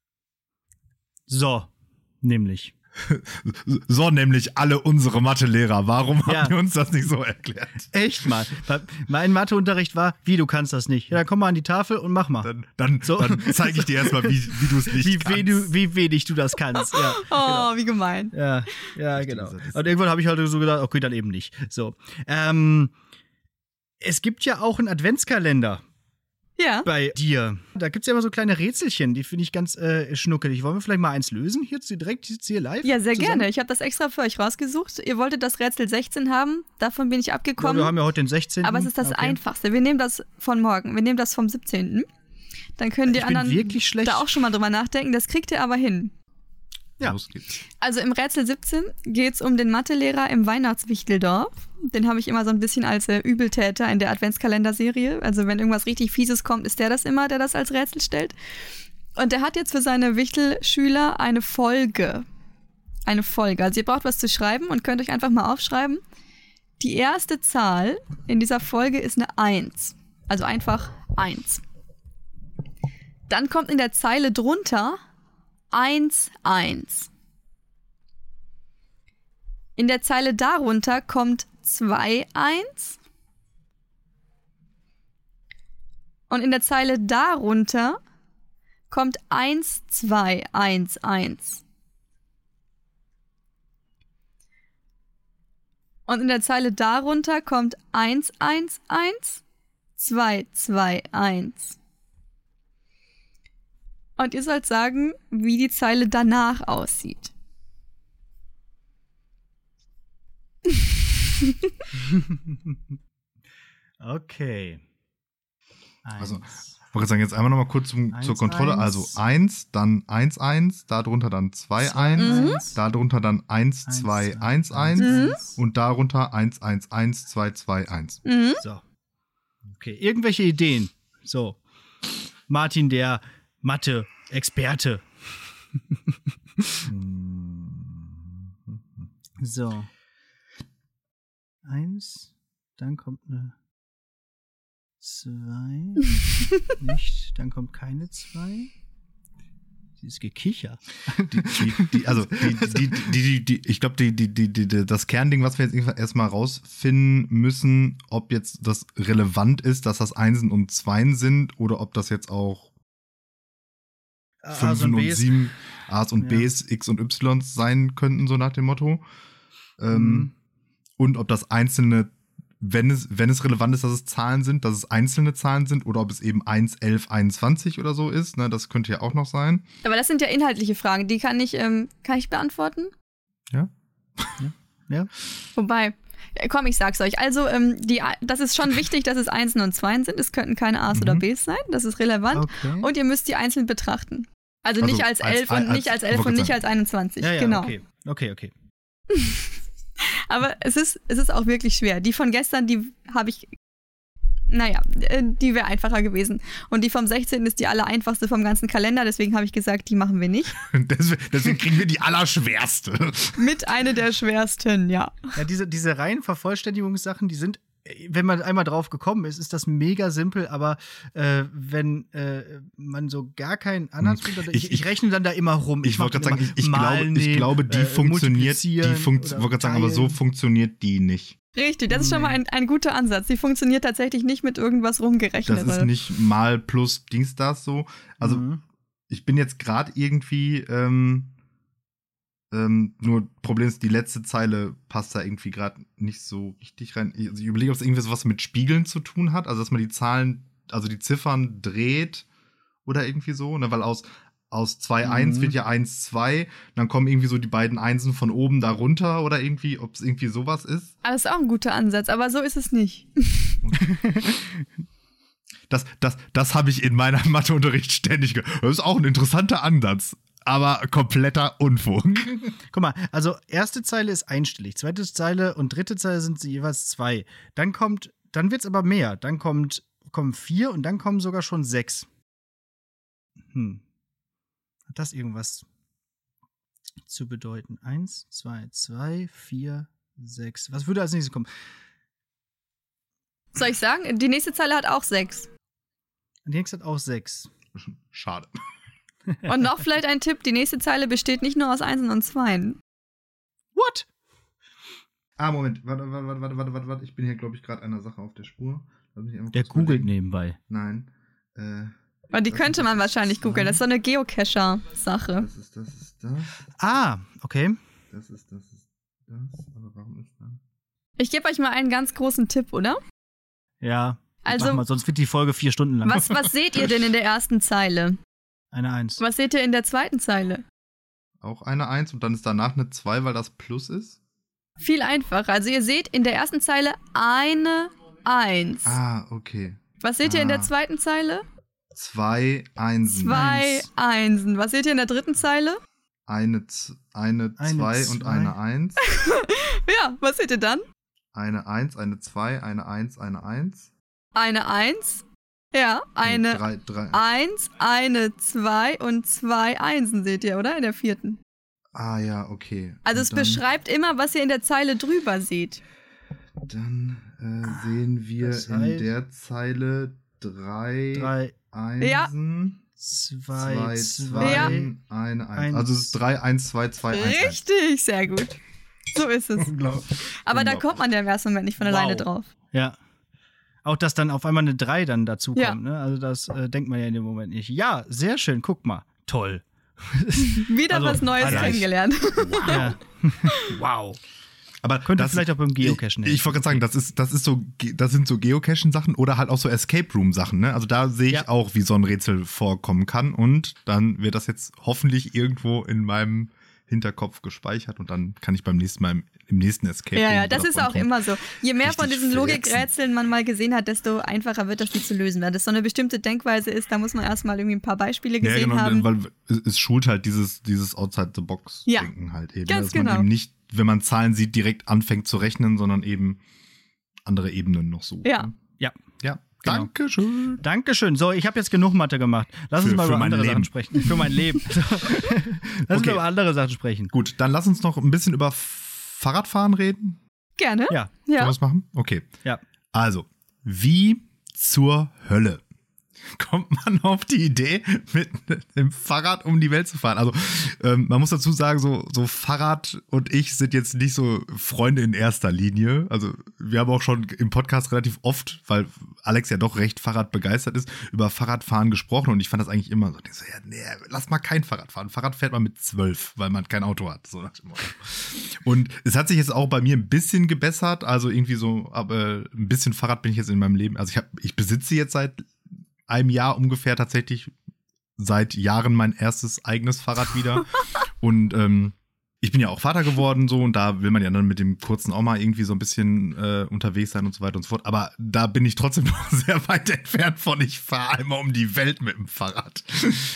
Speaker 1: So, nämlich.
Speaker 2: So nämlich alle unsere Mathelehrer. Warum
Speaker 1: Ja.
Speaker 2: haben die uns das nicht so erklärt?
Speaker 1: Echt mal. Mein Matheunterricht war, wie, du kannst das nicht. Ja, dann komm mal an die Tafel und mach mal.
Speaker 2: Dann, dann,
Speaker 1: So.
Speaker 2: dann zeige ich dir erstmal, wie, wie du es nicht
Speaker 1: Wie,
Speaker 2: kannst.
Speaker 1: we du, wie wenig du das kannst. Ja,
Speaker 3: Oh, wie gemein.
Speaker 1: ja, ja genau.
Speaker 2: das ist-
Speaker 1: Und irgendwann habe ich halt so gedacht, okay, dann eben nicht. So. Ähm, es gibt ja auch einen Adventskalender
Speaker 3: Ja.
Speaker 1: bei dir. Da gibt es ja immer so kleine Rätselchen, die finde ich ganz äh, schnuckelig. Wollen wir vielleicht mal eins lösen? Hier direkt jetzt hier live?
Speaker 3: Ja, sehr
Speaker 1: zusammen?
Speaker 3: gerne. Ich habe das extra für euch rausgesucht. Ihr wolltet das Rätsel sechzehn haben. Davon bin ich
Speaker 1: Ja,
Speaker 3: abgekommen.
Speaker 1: wir haben ja heute den sechzehnten
Speaker 3: Aber es ist das
Speaker 1: Okay.
Speaker 3: Einfachste. Wir nehmen das von morgen. Wir nehmen das vom siebzehnten Dann können die
Speaker 1: Ich bin
Speaker 3: anderen
Speaker 1: wirklich schlecht.
Speaker 3: da auch schon mal drüber nachdenken. Das kriegt ihr aber hin.
Speaker 1: Ja.
Speaker 2: Los geht's.
Speaker 3: Also im Rätsel siebzehn geht es um den Mathelehrer im Weihnachtswichteldorf. Den habe ich immer so ein bisschen als äh, Übeltäter in der Adventskalenderserie. Also wenn irgendwas richtig Fieses kommt, ist der das immer, der das als Rätsel stellt. Und der hat jetzt für seine Wichtelschüler eine Folge. Eine Folge. Also ihr braucht was zu schreiben und könnt euch einfach mal aufschreiben. Die erste Zahl in dieser Folge ist eine eins. Also einfach eins. Dann kommt in der Zeile drunter eins, eins. In der Zeile darunter kommt zwei, eins. Und in der Zeile darunter kommt eins, zwei, eins, eins. Und in der Zeile darunter kommt eins, eins, eins, zwei, zwei, eins. Und ihr sollt sagen, wie die Zeile danach aussieht.
Speaker 1: Okay.
Speaker 2: Also,
Speaker 1: Eins.
Speaker 2: Ich wollte sagen, jetzt einmal nochmal kurz zum,
Speaker 1: Eins,
Speaker 2: zur Kontrolle.
Speaker 1: eins.
Speaker 2: Also eins, dann eins, eins, darunter dann zwei, eins, darunter dann eins, zwei, eins, eins und darunter eins, eins, eins, zwei, zwei, eins.
Speaker 3: Mhm.
Speaker 1: So. Okay, irgendwelche Ideen? So. Martin, der Mathe-Experte. So. Eins, dann kommt eine zwei. Nicht, dann kommt keine zwei. Dieses Gekicher.
Speaker 2: Die, die, die, also, die, die, die, die, die, ich glaube, die, die, die, die, das Kernding, was wir jetzt erstmal rausfinden müssen, ob jetzt das relevant ist, dass das Einsen und Zweien sind oder ob das jetzt auch Fünfen und Sieben, A's und
Speaker 1: Ja.
Speaker 2: B's, X und Ys sein könnten, so nach dem Motto. Ähm,
Speaker 1: Mhm.
Speaker 2: Und ob das einzelne, wenn es, wenn es relevant ist, dass es Zahlen sind, dass es einzelne Zahlen sind oder ob es eben eins, elf, einundzwanzig oder so ist. Ne, das könnte ja auch noch sein.
Speaker 3: Aber das sind ja inhaltliche Fragen, die kann ich, ähm, kann ich beantworten?
Speaker 2: Ja.
Speaker 1: Ja.
Speaker 3: Wobei, ja, komm, ich sag's euch. Also, ähm, die, das ist schon wichtig, dass es Einsen und Zweien sind. Es könnten keine A's oder
Speaker 2: Mhm.
Speaker 3: B's sein. Das ist relevant.
Speaker 1: Okay.
Speaker 3: Und ihr müsst die einzeln betrachten. Also,
Speaker 2: Also
Speaker 3: nicht als
Speaker 2: als-
Speaker 3: elf und
Speaker 2: als-
Speaker 3: nicht als elf
Speaker 2: wollte
Speaker 3: und
Speaker 2: ich
Speaker 3: nicht
Speaker 2: sagen.
Speaker 3: als einundzwanzig.
Speaker 1: Ja, ja,
Speaker 3: genau.
Speaker 1: okay. Okay, okay.
Speaker 3: Aber es ist, es ist auch wirklich schwer. Die von gestern, die habe ich Naja, die wäre einfacher gewesen. Und die vom sechzehnten ist die allereinfachste vom ganzen Kalender, deswegen habe ich gesagt, die machen wir nicht.
Speaker 2: deswegen, deswegen kriegen wir die allerschwerste.
Speaker 3: Mit einer der schwersten, ja.
Speaker 1: Ja, diese, diese reinen Vervollständigungssachen, die sind, wenn man einmal drauf gekommen ist, ist das mega simpel, aber äh, wenn äh, man so gar keinen Anhaltspunkt hat, ich, ich rechne dann da immer rum.
Speaker 2: Ich, ich wollte gerade sagen, ich, ich, glaube, ich glaube, die äh, funktioniert, die funkt, wollte gerade sagen, aber so funktioniert die nicht.
Speaker 3: Richtig, das ist schon mal ein, ein guter Ansatz. Die funktioniert tatsächlich nicht mit irgendwas rumgerechnet.
Speaker 2: Das ist nicht mal plus Dings das so. Also mhm. ich bin jetzt gerade irgendwie ähm, ähm, nur Problem ist, die letzte Zeile passt da irgendwie gerade nicht so richtig rein. Also ich überlege, ob es irgendwie was mit Spiegeln zu tun hat, also dass man die Zahlen, also die Ziffern dreht oder irgendwie so, ne? Weil aus aus zwei eins mhm. wird ja eins zwei, dann kommen irgendwie so die beiden Einsen von oben da runter oder irgendwie, ob es irgendwie sowas ist.
Speaker 3: Das ist auch ein guter Ansatz, aber so ist es nicht.
Speaker 2: Das, das, das habe ich in meinem Matheunterricht ständig gehört. Das ist auch ein interessanter Ansatz, aber kompletter Unfug.
Speaker 1: Guck mal, also erste Zeile ist einstellig, zweite Zeile und dritte Zeile sind sie jeweils zwei. Dann kommt, dann wird's aber mehr. Dann kommt, kommen vier und dann kommen sogar schon sechs. Hm. Hat das irgendwas zu bedeuten? Eins, zwei, zwei, vier, sechs. Was würde als nächstes kommen?
Speaker 3: Soll ich sagen? Die nächste Zeile hat auch sechs.
Speaker 1: Die nächste hat auch sechs.
Speaker 2: Schade.
Speaker 3: Und noch vielleicht ein Tipp, die nächste Zeile besteht nicht nur aus Einsen und Zweien.
Speaker 1: What?
Speaker 2: Ah, Moment. Warte, warte, warte, warte, warte, warte. Ich bin hier, glaube ich, gerade einer Sache auf der Spur.
Speaker 1: Der googelt nebenbei.
Speaker 2: Nein. Äh...
Speaker 3: Und die das könnte man wahrscheinlich googeln. Das ist so eine Geocacher-Sache.
Speaker 2: Das ist das, ist das.
Speaker 1: Ah, okay.
Speaker 2: Das ist das, ist das. Aber warum ist das?
Speaker 3: Ich gebe euch mal einen ganz großen Tipp, oder?
Speaker 1: Ja.
Speaker 3: Also,
Speaker 1: mach mal, sonst wird die Folge vier Stunden lang.
Speaker 3: Was, was seht ihr denn in der ersten Zeile?
Speaker 1: Eine Eins.
Speaker 3: Was seht ihr in der zweiten Zeile?
Speaker 2: Auch eine Eins und dann ist danach eine zwei, weil das Plus ist?
Speaker 3: Viel einfacher. Also ihr seht in der ersten Zeile eine Eins.
Speaker 2: Ah, okay.
Speaker 3: Was seht
Speaker 2: ah.
Speaker 3: ihr in der zweiten Zeile?
Speaker 2: Zwei Einsen.
Speaker 3: Zwei Eins. Einsen. Was seht ihr in der dritten Zeile?
Speaker 2: Eine, eine,
Speaker 1: eine
Speaker 2: zwei,
Speaker 1: zwei
Speaker 2: und eine Eins.
Speaker 3: Ja, was seht ihr dann?
Speaker 2: Eine Eins, eine zwei, eine Eins, eine Eins.
Speaker 3: Eine Eins. Ja, eine
Speaker 2: nee, drei, drei.
Speaker 3: Eins, eine zwei und zwei Einsen seht ihr, oder? In der vierten.
Speaker 2: Ah ja, okay.
Speaker 3: Also
Speaker 2: und
Speaker 3: es
Speaker 2: dann,
Speaker 3: beschreibt immer, was ihr in der Zeile drüber seht.
Speaker 2: Dann äh, sehen wir
Speaker 1: das heißt,
Speaker 2: in der Zeile drei,
Speaker 1: drei
Speaker 2: Einsen,
Speaker 3: ja.
Speaker 1: zwei,
Speaker 2: zwei,
Speaker 3: zwei,
Speaker 2: ja.
Speaker 3: eine
Speaker 2: eins. Eins. Also es ist drei, eins, zwei, zwei, eins.
Speaker 3: Richtig, sehr gut. So ist es. Aber da kommt man ja im ersten Moment nicht von
Speaker 1: wow.
Speaker 3: alleine drauf.
Speaker 1: Ja. Auch, dass dann auf einmal eine drei dann dazu
Speaker 3: ja.
Speaker 1: kommt. Ne? Also das äh, denkt man ja in dem Moment nicht. Ja, sehr schön. Guck mal. Toll.
Speaker 3: Wieder also, was Neues
Speaker 1: also
Speaker 3: kennengelernt.
Speaker 1: Wow. Ja. Wow.
Speaker 2: Aber
Speaker 1: könnte
Speaker 2: das,
Speaker 1: vielleicht auch beim Geocachen.
Speaker 2: Ich, ich wollte gerade sagen, das ist, das ist so, das sind so Geocachen-Sachen oder halt auch so Escape Room-Sachen, ne? Also da sehe ich ja. auch, wie so ein Rätsel vorkommen kann und dann wird das jetzt hoffentlich irgendwo in meinem Hinterkopf gespeichert und dann kann ich beim nächsten Mal im, im nächsten Escape Room.
Speaker 3: Ja, ja, das ist auch immer so. Je mehr von diesen
Speaker 2: flexen.
Speaker 3: Logikrätseln man mal gesehen hat, desto einfacher wird das, die zu lösen. Weil das so eine bestimmte Denkweise ist, da muss man erstmal irgendwie ein paar Beispiele gesehen
Speaker 2: ja, genau,
Speaker 3: haben.
Speaker 2: Weil es, es schult halt dieses, dieses Outside-the-Box-Denken ja, halt eben.
Speaker 3: Ganz
Speaker 2: dass man
Speaker 3: genau.
Speaker 2: eben nicht, wenn man Zahlen sieht, direkt anfängt zu rechnen, sondern eben andere Ebenen noch so.
Speaker 3: Ja.
Speaker 1: Ja.
Speaker 2: Ja.
Speaker 1: Genau.
Speaker 2: Dankeschön.
Speaker 1: Dankeschön. So, ich habe jetzt genug Mathe gemacht. Lass
Speaker 2: für,
Speaker 1: uns mal über andere
Speaker 2: Leben.
Speaker 1: Sachen sprechen. Für mein Leben. lass okay. uns über andere Sachen sprechen.
Speaker 2: Gut, dann lass uns noch ein bisschen über Fahrradfahren reden.
Speaker 3: Gerne.
Speaker 1: Ja.
Speaker 3: ja.
Speaker 2: Sollen wir das machen? Okay.
Speaker 1: Ja.
Speaker 2: Also, wie zur Hölle kommt man auf die Idee, mit dem Fahrrad um die Welt zu fahren? Also, ähm, man muss dazu sagen, so, so Fahrrad und ich sind jetzt nicht so Freunde in erster Linie. Also, wir haben auch schon im Podcast relativ oft, weil Alex ja doch recht Fahrradbegeistert ist, über Fahrradfahren gesprochen und ich fand das eigentlich immer so, ich so ja, nee, lass mal kein Fahrrad fahren. Fahrrad fährt man mit zwölf, weil man kein Auto hat. So nach dem Motto. Und es hat sich jetzt auch bei mir ein bisschen gebessert, also irgendwie so, aber ein bisschen Fahrrad bin ich jetzt in meinem Leben, also ich habe, ich besitze jetzt seit einem Jahr ungefähr tatsächlich seit Jahren mein erstes eigenes Fahrrad wieder. Und ähm, ich bin ja auch Vater geworden so und da will man ja dann mit dem kurzen auch mal irgendwie so ein bisschen äh, unterwegs sein und so weiter und so fort. Aber da bin ich trotzdem noch sehr weit entfernt von, ich fahre einmal um die Welt mit dem Fahrrad.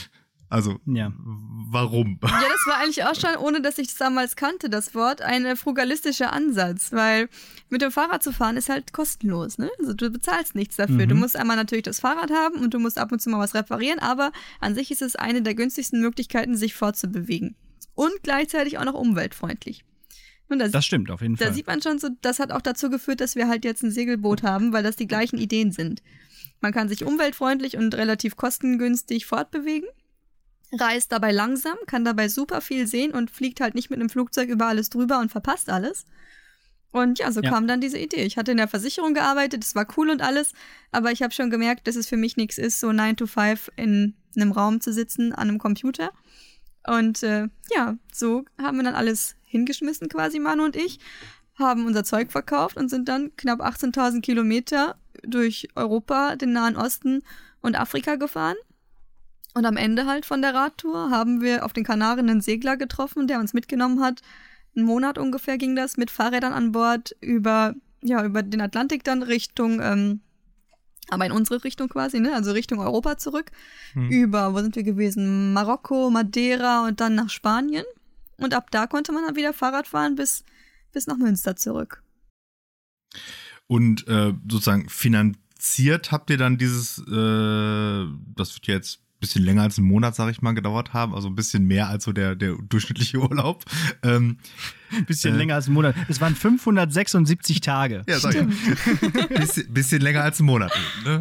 Speaker 2: Also,
Speaker 1: ja.
Speaker 2: warum?
Speaker 3: Ja, das war eigentlich auch schon, ohne dass ich das damals kannte, das Wort, ein frugalistischer Ansatz, weil mit dem Fahrrad zu fahren ist halt kostenlos, ne? Also du bezahlst nichts dafür. Mhm. Du musst einmal natürlich das Fahrrad haben und du musst ab und zu mal was reparieren, aber an sich ist es eine der günstigsten Möglichkeiten, sich fortzubewegen. Und gleichzeitig auch noch umweltfreundlich. Und das,
Speaker 1: das stimmt, auf jeden
Speaker 3: da
Speaker 1: Fall.
Speaker 3: Da sieht man schon so, das hat auch dazu geführt, dass wir halt jetzt ein Segelboot haben, weil das die gleichen Ideen sind. Man kann sich umweltfreundlich und relativ kostengünstig fortbewegen, reist dabei langsam, kann dabei super viel sehen und fliegt halt nicht mit einem Flugzeug über alles drüber und verpasst alles. Und ja, so ja. kam dann diese Idee. Ich hatte in der Versicherung gearbeitet, das war cool und alles, aber ich habe schon gemerkt, dass es für mich nichts ist, so nine to five in einem Raum zu sitzen an einem Computer. Und äh, ja, so haben wir dann alles hingeschmissen quasi, Manu und ich, haben unser Zeug verkauft und sind dann knapp achtzehntausend Kilometer durch Europa, den Nahen Osten und Afrika gefahren. Und am Ende halt von der Radtour haben wir auf den Kanaren einen Segler getroffen, der uns mitgenommen hat. Einen Monat ungefähr ging das mit Fahrrädern an Bord über, ja, über den Atlantik dann Richtung, ähm, aber in unsere Richtung quasi, ne? Also Richtung Europa zurück. Hm. Über, wo sind wir gewesen? Marokko, Madeira und dann nach Spanien. Und ab da konnte man dann wieder Fahrrad fahren bis, bis nach Münster zurück.
Speaker 2: Und äh, sozusagen finanziert habt ihr dann dieses, äh, das wird jetzt ein bisschen länger als einen Monat, sag ich mal, gedauert haben, also ein bisschen mehr als so der, der durchschnittliche Urlaub. Ähm,
Speaker 1: ein bisschen äh, länger als einen Monat. Es waren fünfhundertsechsundsiebzig Tage.
Speaker 2: Ja, sag ich. bisschen, bisschen länger als einen Monat. Ne?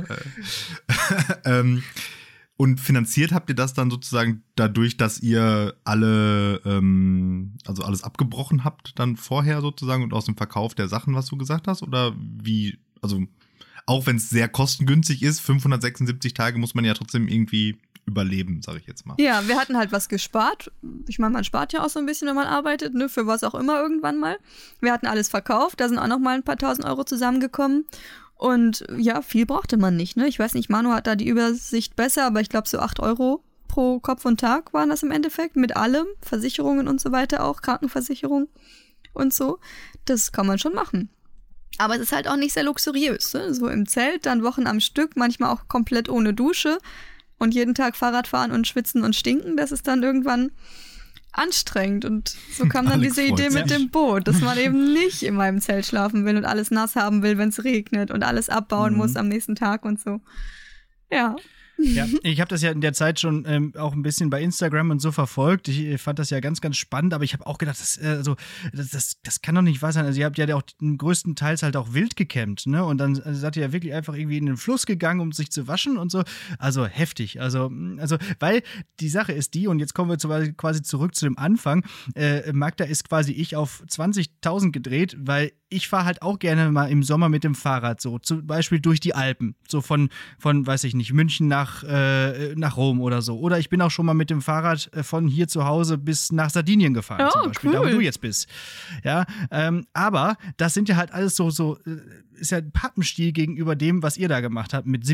Speaker 2: ähm, und finanziert habt ihr das dann sozusagen dadurch, dass ihr alle, ähm, also alles abgebrochen habt dann vorher sozusagen und aus dem Verkauf der Sachen, was du gesagt hast? Oder wie, also auch wenn es sehr kostengünstig ist, fünfhundertsechsundsiebzig Tage muss man ja trotzdem irgendwie überleben, sage ich jetzt mal.
Speaker 3: Ja, wir hatten halt was gespart. Ich meine, man spart ja auch so ein bisschen, wenn man arbeitet, ne, für was auch immer irgendwann mal. Wir hatten alles verkauft, da sind auch noch mal ein paar tausend Euro zusammengekommen. Und ja, viel brauchte man nicht, ne? Ich weiß nicht, Manu hat da die Übersicht besser, aber ich glaube so acht Euro pro Kopf und Tag waren das im Endeffekt, mit allem, Versicherungen und so weiter auch, Krankenversicherung und so. Das kann man schon machen. Aber es ist halt auch nicht sehr luxuriös, ne? So im Zelt, dann Wochen am Stück, manchmal auch komplett ohne Dusche und jeden Tag Fahrrad fahren und schwitzen und stinken, das ist dann irgendwann anstrengend. Und so kam dann
Speaker 2: Alex
Speaker 3: diese Idee mit dem Boot, dass man eben nicht in meinem Zelt schlafen will und alles nass haben will, wenn es regnet und alles abbauen mhm. muss am nächsten Tag und so. Ja.
Speaker 1: Ja, ich habe das ja in der Zeit schon ähm, auch ein bisschen bei Instagram und so verfolgt. Ich fand das ja ganz, ganz spannend, aber ich habe auch gedacht, das, äh, also, das, das, das kann doch nicht wahr sein. Also ihr habt ja auch größtenteils halt auch wild gecampt, ne? Und dann seid ihr ja wirklich einfach irgendwie in den Fluss gegangen, um sich zu waschen und so. Also heftig. Also, also weil die Sache ist die, und jetzt kommen wir zu, quasi zurück zu dem Anfang, äh, Magda ist quasi ich auf zwanzigtausend gedreht, weil ich fahre halt auch gerne mal im Sommer mit dem Fahrrad so, zum Beispiel durch die Alpen, so von, von weiß ich nicht, München nach, äh, nach Rom oder so. Oder ich bin auch schon mal mit dem Fahrrad äh, von hier zu Hause bis nach Sardinien gefahren,
Speaker 3: oh,
Speaker 1: zum Beispiel,
Speaker 3: cool.
Speaker 1: da wo du jetzt bist. Ja, ähm, aber das sind ja halt alles so, so äh, ist ja ein Pappenstiel gegenüber dem, was ihr da gemacht habt mit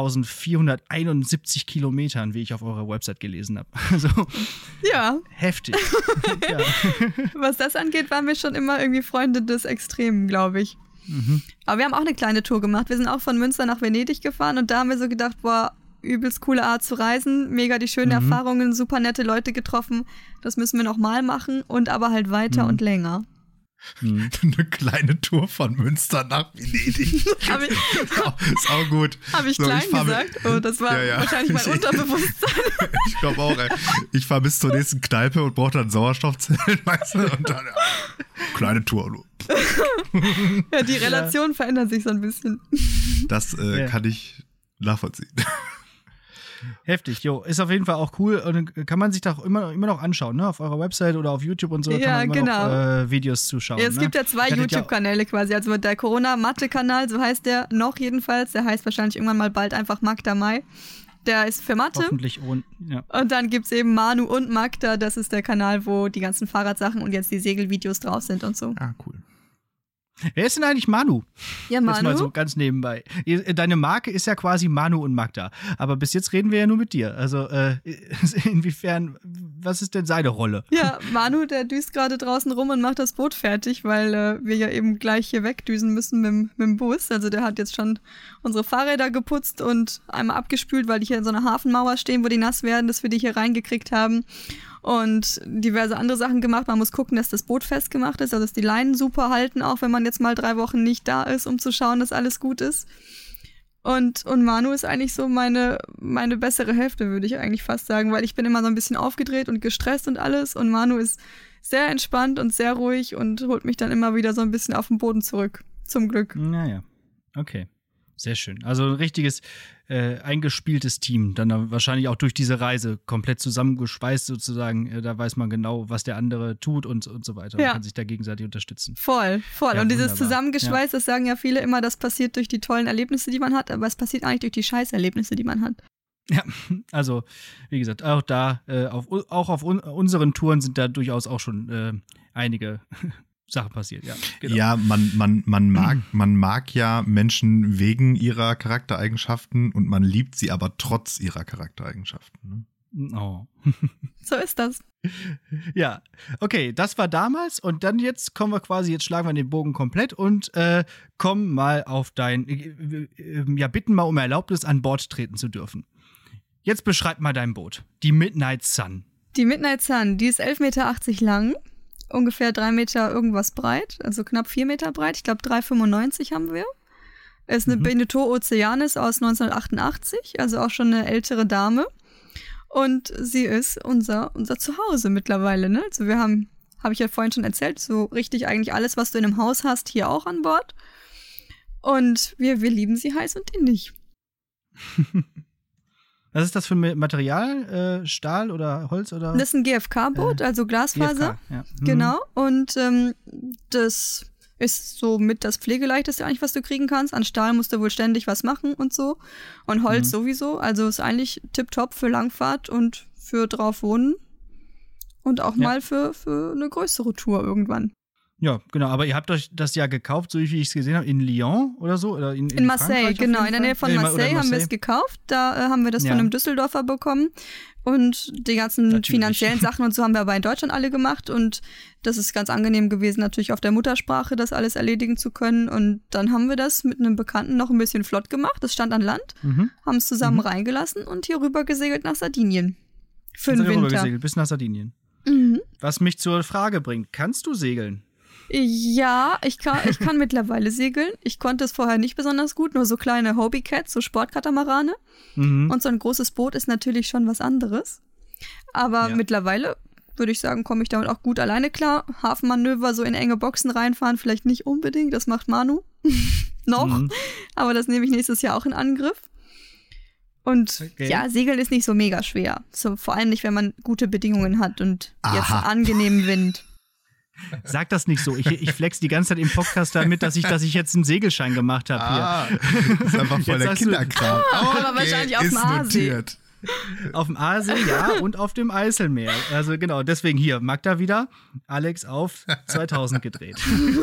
Speaker 1: siebzehntausendvierhunderteinundsiebzig Kilometern, wie ich auf eurer Website gelesen habe. Also,
Speaker 3: ja.
Speaker 1: Heftig. Ja.
Speaker 3: Was das angeht, waren wir schon immer irgendwie Freunde des Extremen, glaube ich. Mhm. Aber wir haben auch eine kleine Tour gemacht. Wir sind auch von Münster nach Venedig gefahren und da haben wir so gedacht, boah, übelst coole Art zu reisen, mega die schönen mhm. Erfahrungen, super nette Leute getroffen. Das müssen wir nochmal machen und aber halt weiter mhm. und länger.
Speaker 2: Hm. Eine kleine Tour von Münster nach Venedig.
Speaker 3: Hab ich,
Speaker 2: ist, auch, ist auch gut.
Speaker 3: Habe ich
Speaker 2: so,
Speaker 3: klein
Speaker 2: ich
Speaker 3: gesagt? Oh, das war ja, ja. wahrscheinlich mein Unterbewusstsein.
Speaker 2: Ich glaube auch, ey. Ich fahre bis zur nächsten Kneipe und brauche dann Sauerstoffzellen, weißt du? Und dann, ja, kleine Tour.
Speaker 3: Ja, die Relation ja. verändert sich so ein bisschen.
Speaker 2: Das äh, ja. kann ich nachvollziehen.
Speaker 1: Heftig, jo, ist auf jeden Fall auch cool und kann man sich doch immer, immer noch anschauen, ne? Auf eurer Website oder auf YouTube und so, da
Speaker 3: ja,
Speaker 1: kann man immer
Speaker 3: genau.
Speaker 1: noch äh, Videos zuschauen.
Speaker 3: Ja, es
Speaker 1: ne?
Speaker 3: gibt ja zwei YouTube-Kanäle quasi, also der Corona-Mathe-Kanal, so heißt der noch jedenfalls, der heißt wahrscheinlich irgendwann mal bald einfach Magda Mai. Der ist für Mathe.
Speaker 1: Hoffentlich ohne, ja.
Speaker 3: Und dann gibt's eben Manu und Magda, das ist der Kanal, wo die ganzen Fahrradsachen und jetzt die Segelvideos drauf sind und so.
Speaker 2: Ah, cool.
Speaker 1: Wer ist denn eigentlich Manu?
Speaker 3: Ja,
Speaker 1: Jetzt mal
Speaker 3: Manu.
Speaker 1: so ganz nebenbei. Deine Marke ist ja quasi Manu und Magda. Aber bis jetzt reden wir ja nur mit dir. Also äh, inwiefern, was ist denn seine Rolle?
Speaker 3: Ja, Manu, der düst gerade draußen rum und macht das Boot fertig, weil äh, wir ja eben gleich hier wegdüsen müssen mit, mit dem Bus. Also der hat jetzt schon unsere Fahrräder geputzt und einmal abgespült, weil die hier in so einer Hafenmauer stehen, wo die nass werden, dass wir die hier reingekriegt haben. Und diverse andere Sachen gemacht. Man muss gucken, dass das Boot festgemacht ist, also dass die Leinen super halten, auch wenn man jetzt mal drei Wochen nicht da ist, um zu schauen, dass alles gut ist. Und, und Manu ist eigentlich so meine, meine bessere Hälfte, würde ich eigentlich fast sagen, weil ich bin immer so ein bisschen aufgedreht und gestresst und alles. Und Manu ist sehr entspannt und sehr ruhig und holt mich dann immer wieder so ein bisschen auf den Boden zurück. Zum Glück.
Speaker 1: Naja, okay. Sehr schön. Also ein richtiges äh, eingespieltes Team. Dann, dann wahrscheinlich auch durch diese Reise komplett zusammengeschweißt sozusagen. Äh, da weiß man genau, was der andere tut und, und so weiter. Man
Speaker 3: Ja.
Speaker 1: kann sich da gegenseitig unterstützen.
Speaker 3: Voll, voll.
Speaker 1: Ja,
Speaker 3: und dieses
Speaker 1: wunderbar.
Speaker 3: Zusammengeschweißt, das sagen ja viele immer, das passiert durch die tollen Erlebnisse, die man hat, aber es passiert eigentlich durch die Scheißerlebnisse, die man hat.
Speaker 1: Ja, also wie gesagt, auch da, äh, auf, auch auf un unseren Touren sind da durchaus auch schon äh, einige Sachen passiert. Ja, genau.
Speaker 2: Ja, man, man, man, mag, man mag ja Menschen wegen ihrer Charaktereigenschaften und man liebt sie aber trotz ihrer Charaktereigenschaften. Ne?
Speaker 1: Oh.
Speaker 3: So ist das.
Speaker 1: Ja, okay, das war damals und dann jetzt kommen wir quasi, jetzt schlagen wir den Bogen komplett und äh, kommen mal auf dein, äh, äh, ja, bitten mal um Erlaubnis, an Bord treten zu dürfen. Jetzt beschreib mal dein Boot, die Midnight Sun.
Speaker 3: Die Midnight Sun, die ist elf Meter achtzig lang, ungefähr drei Meter irgendwas breit, also knapp vier Meter breit. Ich glaube, drei Komma fünfundneunzig haben wir. Ist eine
Speaker 1: Mhm.
Speaker 3: Beneteau Oceanis aus neunzehnhundertachtundachtzig, also auch schon eine ältere Dame. Und sie ist unser, unser Zuhause mittlerweile, ne? Also wir haben, habe ich ja vorhin schon erzählt, so richtig eigentlich alles, was du in einem Haus hast, hier auch an Bord. Und wir, wir lieben sie heiß und innig.
Speaker 1: Was ist das für ein Material? Äh, Stahl oder Holz oder?
Speaker 3: Das ist ein G F K-Boot,
Speaker 1: Äh,
Speaker 3: also Glasfaser.
Speaker 1: G F K, ja. Mhm.
Speaker 3: Genau. Und ähm, das ist so mit das Pflegeleichteste eigentlich, was du kriegen kannst. An Stahl musst du wohl ständig was machen und so. Und Holz
Speaker 1: Mhm.
Speaker 3: sowieso. Also ist eigentlich tipptopp für Langfahrt und für drauf wohnen. Und auch
Speaker 1: Ja.
Speaker 3: mal für, für eine größere Tour irgendwann.
Speaker 1: Ja, genau, aber ihr habt euch das ja gekauft, so wie ich es gesehen habe, in Lyon oder so? Oder in, in,
Speaker 3: In Marseille,
Speaker 1: Frankreich auf
Speaker 3: genau.
Speaker 1: jeden
Speaker 3: In der
Speaker 1: Fall?
Speaker 3: Nähe von
Speaker 1: Äh, oder
Speaker 3: Marseille haben wir es gekauft. Da äh, haben wir das
Speaker 1: Ja.
Speaker 3: von einem Düsseldorfer bekommen. Und die ganzen
Speaker 1: Natürlich.
Speaker 3: finanziellen Sachen und so haben wir aber in Deutschland alle gemacht. Und das ist ganz angenehm gewesen, natürlich auf der Muttersprache das alles erledigen zu können. Und dann haben wir das mit einem Bekannten noch ein bisschen flott gemacht. Das stand an Land,
Speaker 1: Mhm.
Speaker 3: haben es zusammen
Speaker 1: Mhm.
Speaker 3: reingelassen und hier rüber gesegelt nach Sardinien. Für den
Speaker 1: Sind wir
Speaker 3: Winter.
Speaker 1: rübergesegelt bis nach Sardinien.
Speaker 3: Mhm.
Speaker 1: Was mich zur Frage bringt, kannst du segeln?
Speaker 3: Ja, ich kann, ich kann mittlerweile segeln. Ich konnte es vorher nicht besonders gut, nur so kleine Hobbycats, so Sportkatamarane.
Speaker 1: Mhm.
Speaker 3: Und so ein großes Boot ist natürlich schon was anderes. Aber
Speaker 1: Ja.
Speaker 3: mittlerweile würde ich sagen, komme ich damit auch gut alleine klar. Hafenmanöver, so in enge Boxen reinfahren, vielleicht nicht unbedingt, das macht Manu. Noch.
Speaker 1: Mhm.
Speaker 3: Aber das nehme ich nächstes Jahr auch in Angriff. Und
Speaker 1: Okay.
Speaker 3: ja, Segeln ist nicht so mega schwer. So, vor allem nicht, wenn man gute Bedingungen hat und jetzt
Speaker 2: Aha.
Speaker 3: angenehmen Wind.
Speaker 1: Sag das nicht so. Ich, ich flex die ganze Zeit im Podcast damit, dass ich, dass ich jetzt einen Segelschein gemacht habe
Speaker 2: Ah, das ist einfach voll
Speaker 1: Jetzt
Speaker 2: der
Speaker 1: hast du-
Speaker 2: Kinderkram.
Speaker 3: aber wahrscheinlich auf dem
Speaker 2: ist
Speaker 3: Aasee.
Speaker 2: notiert.
Speaker 1: hier. Auf dem Aasee, ja, und auf dem Eiselmeer. Also genau, deswegen hier, Magda wieder, Alex auf zweitausend gedreht.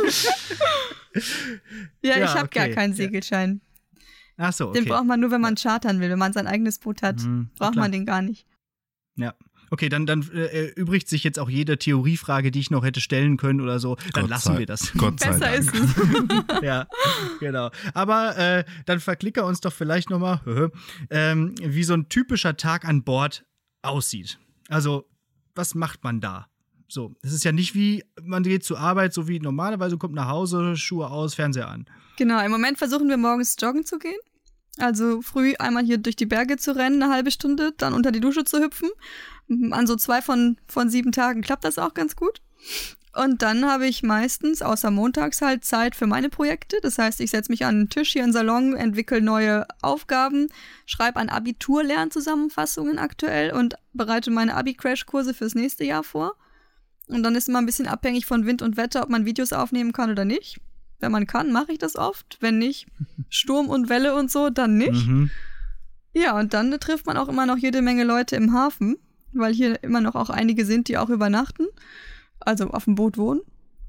Speaker 3: Ja,
Speaker 1: Ja,
Speaker 3: ich habe gar
Speaker 1: okay.
Speaker 3: keinen
Speaker 1: Ja.
Speaker 3: Segelschein.
Speaker 1: Ach so, okay.
Speaker 3: Den braucht man nur, wenn man chartern will. Wenn man sein eigenes Boot hat,
Speaker 1: Mhm,
Speaker 3: braucht
Speaker 1: klar.
Speaker 3: man den gar nicht.
Speaker 1: Ja. Okay, dann, dann äh, erübrigt sich jetzt auch jede Theoriefrage, die ich noch hätte stellen können oder so. Dann
Speaker 2: Gott
Speaker 1: lassen
Speaker 2: sei-
Speaker 1: wir das.
Speaker 2: Gott sei
Speaker 3: Besser
Speaker 2: Dank.
Speaker 3: ist es.
Speaker 1: Ja, genau. Aber äh, dann verklicker uns doch vielleicht nochmal, ähm, wie so ein typischer Tag an Bord aussieht. Also, was macht man da? So, es ist ja nicht wie, man geht zur Arbeit, so wie normalerweise, kommt nach Hause, Schuhe aus, Fernseher an.
Speaker 3: Genau, im Moment versuchen wir morgens joggen zu gehen. Also früh einmal hier durch die Berge zu rennen, eine halbe Stunde, dann unter die Dusche zu hüpfen. An so zwei von, von sieben Tagen klappt das auch ganz gut. Und dann habe ich meistens, außer montags halt, Zeit für meine Projekte. Das heißt, ich setze mich an den Tisch hier im Salon, entwickle neue Aufgaben, schreibe an Abitur-Lernzusammenfassungen aktuell und bereite meine Abi-Crash-Kurse fürs nächste Jahr vor. Und dann ist immer ein bisschen abhängig von Wind und Wetter, ob man Videos aufnehmen kann oder nicht. Wenn man kann, mache ich das oft. Wenn nicht, Sturm und Welle und so, dann nicht.
Speaker 1: Mhm.
Speaker 3: Ja, und dann trifft man auch immer noch jede Menge Leute im Hafen, weil hier immer noch auch einige sind, die auch übernachten, also auf dem Boot wohnen.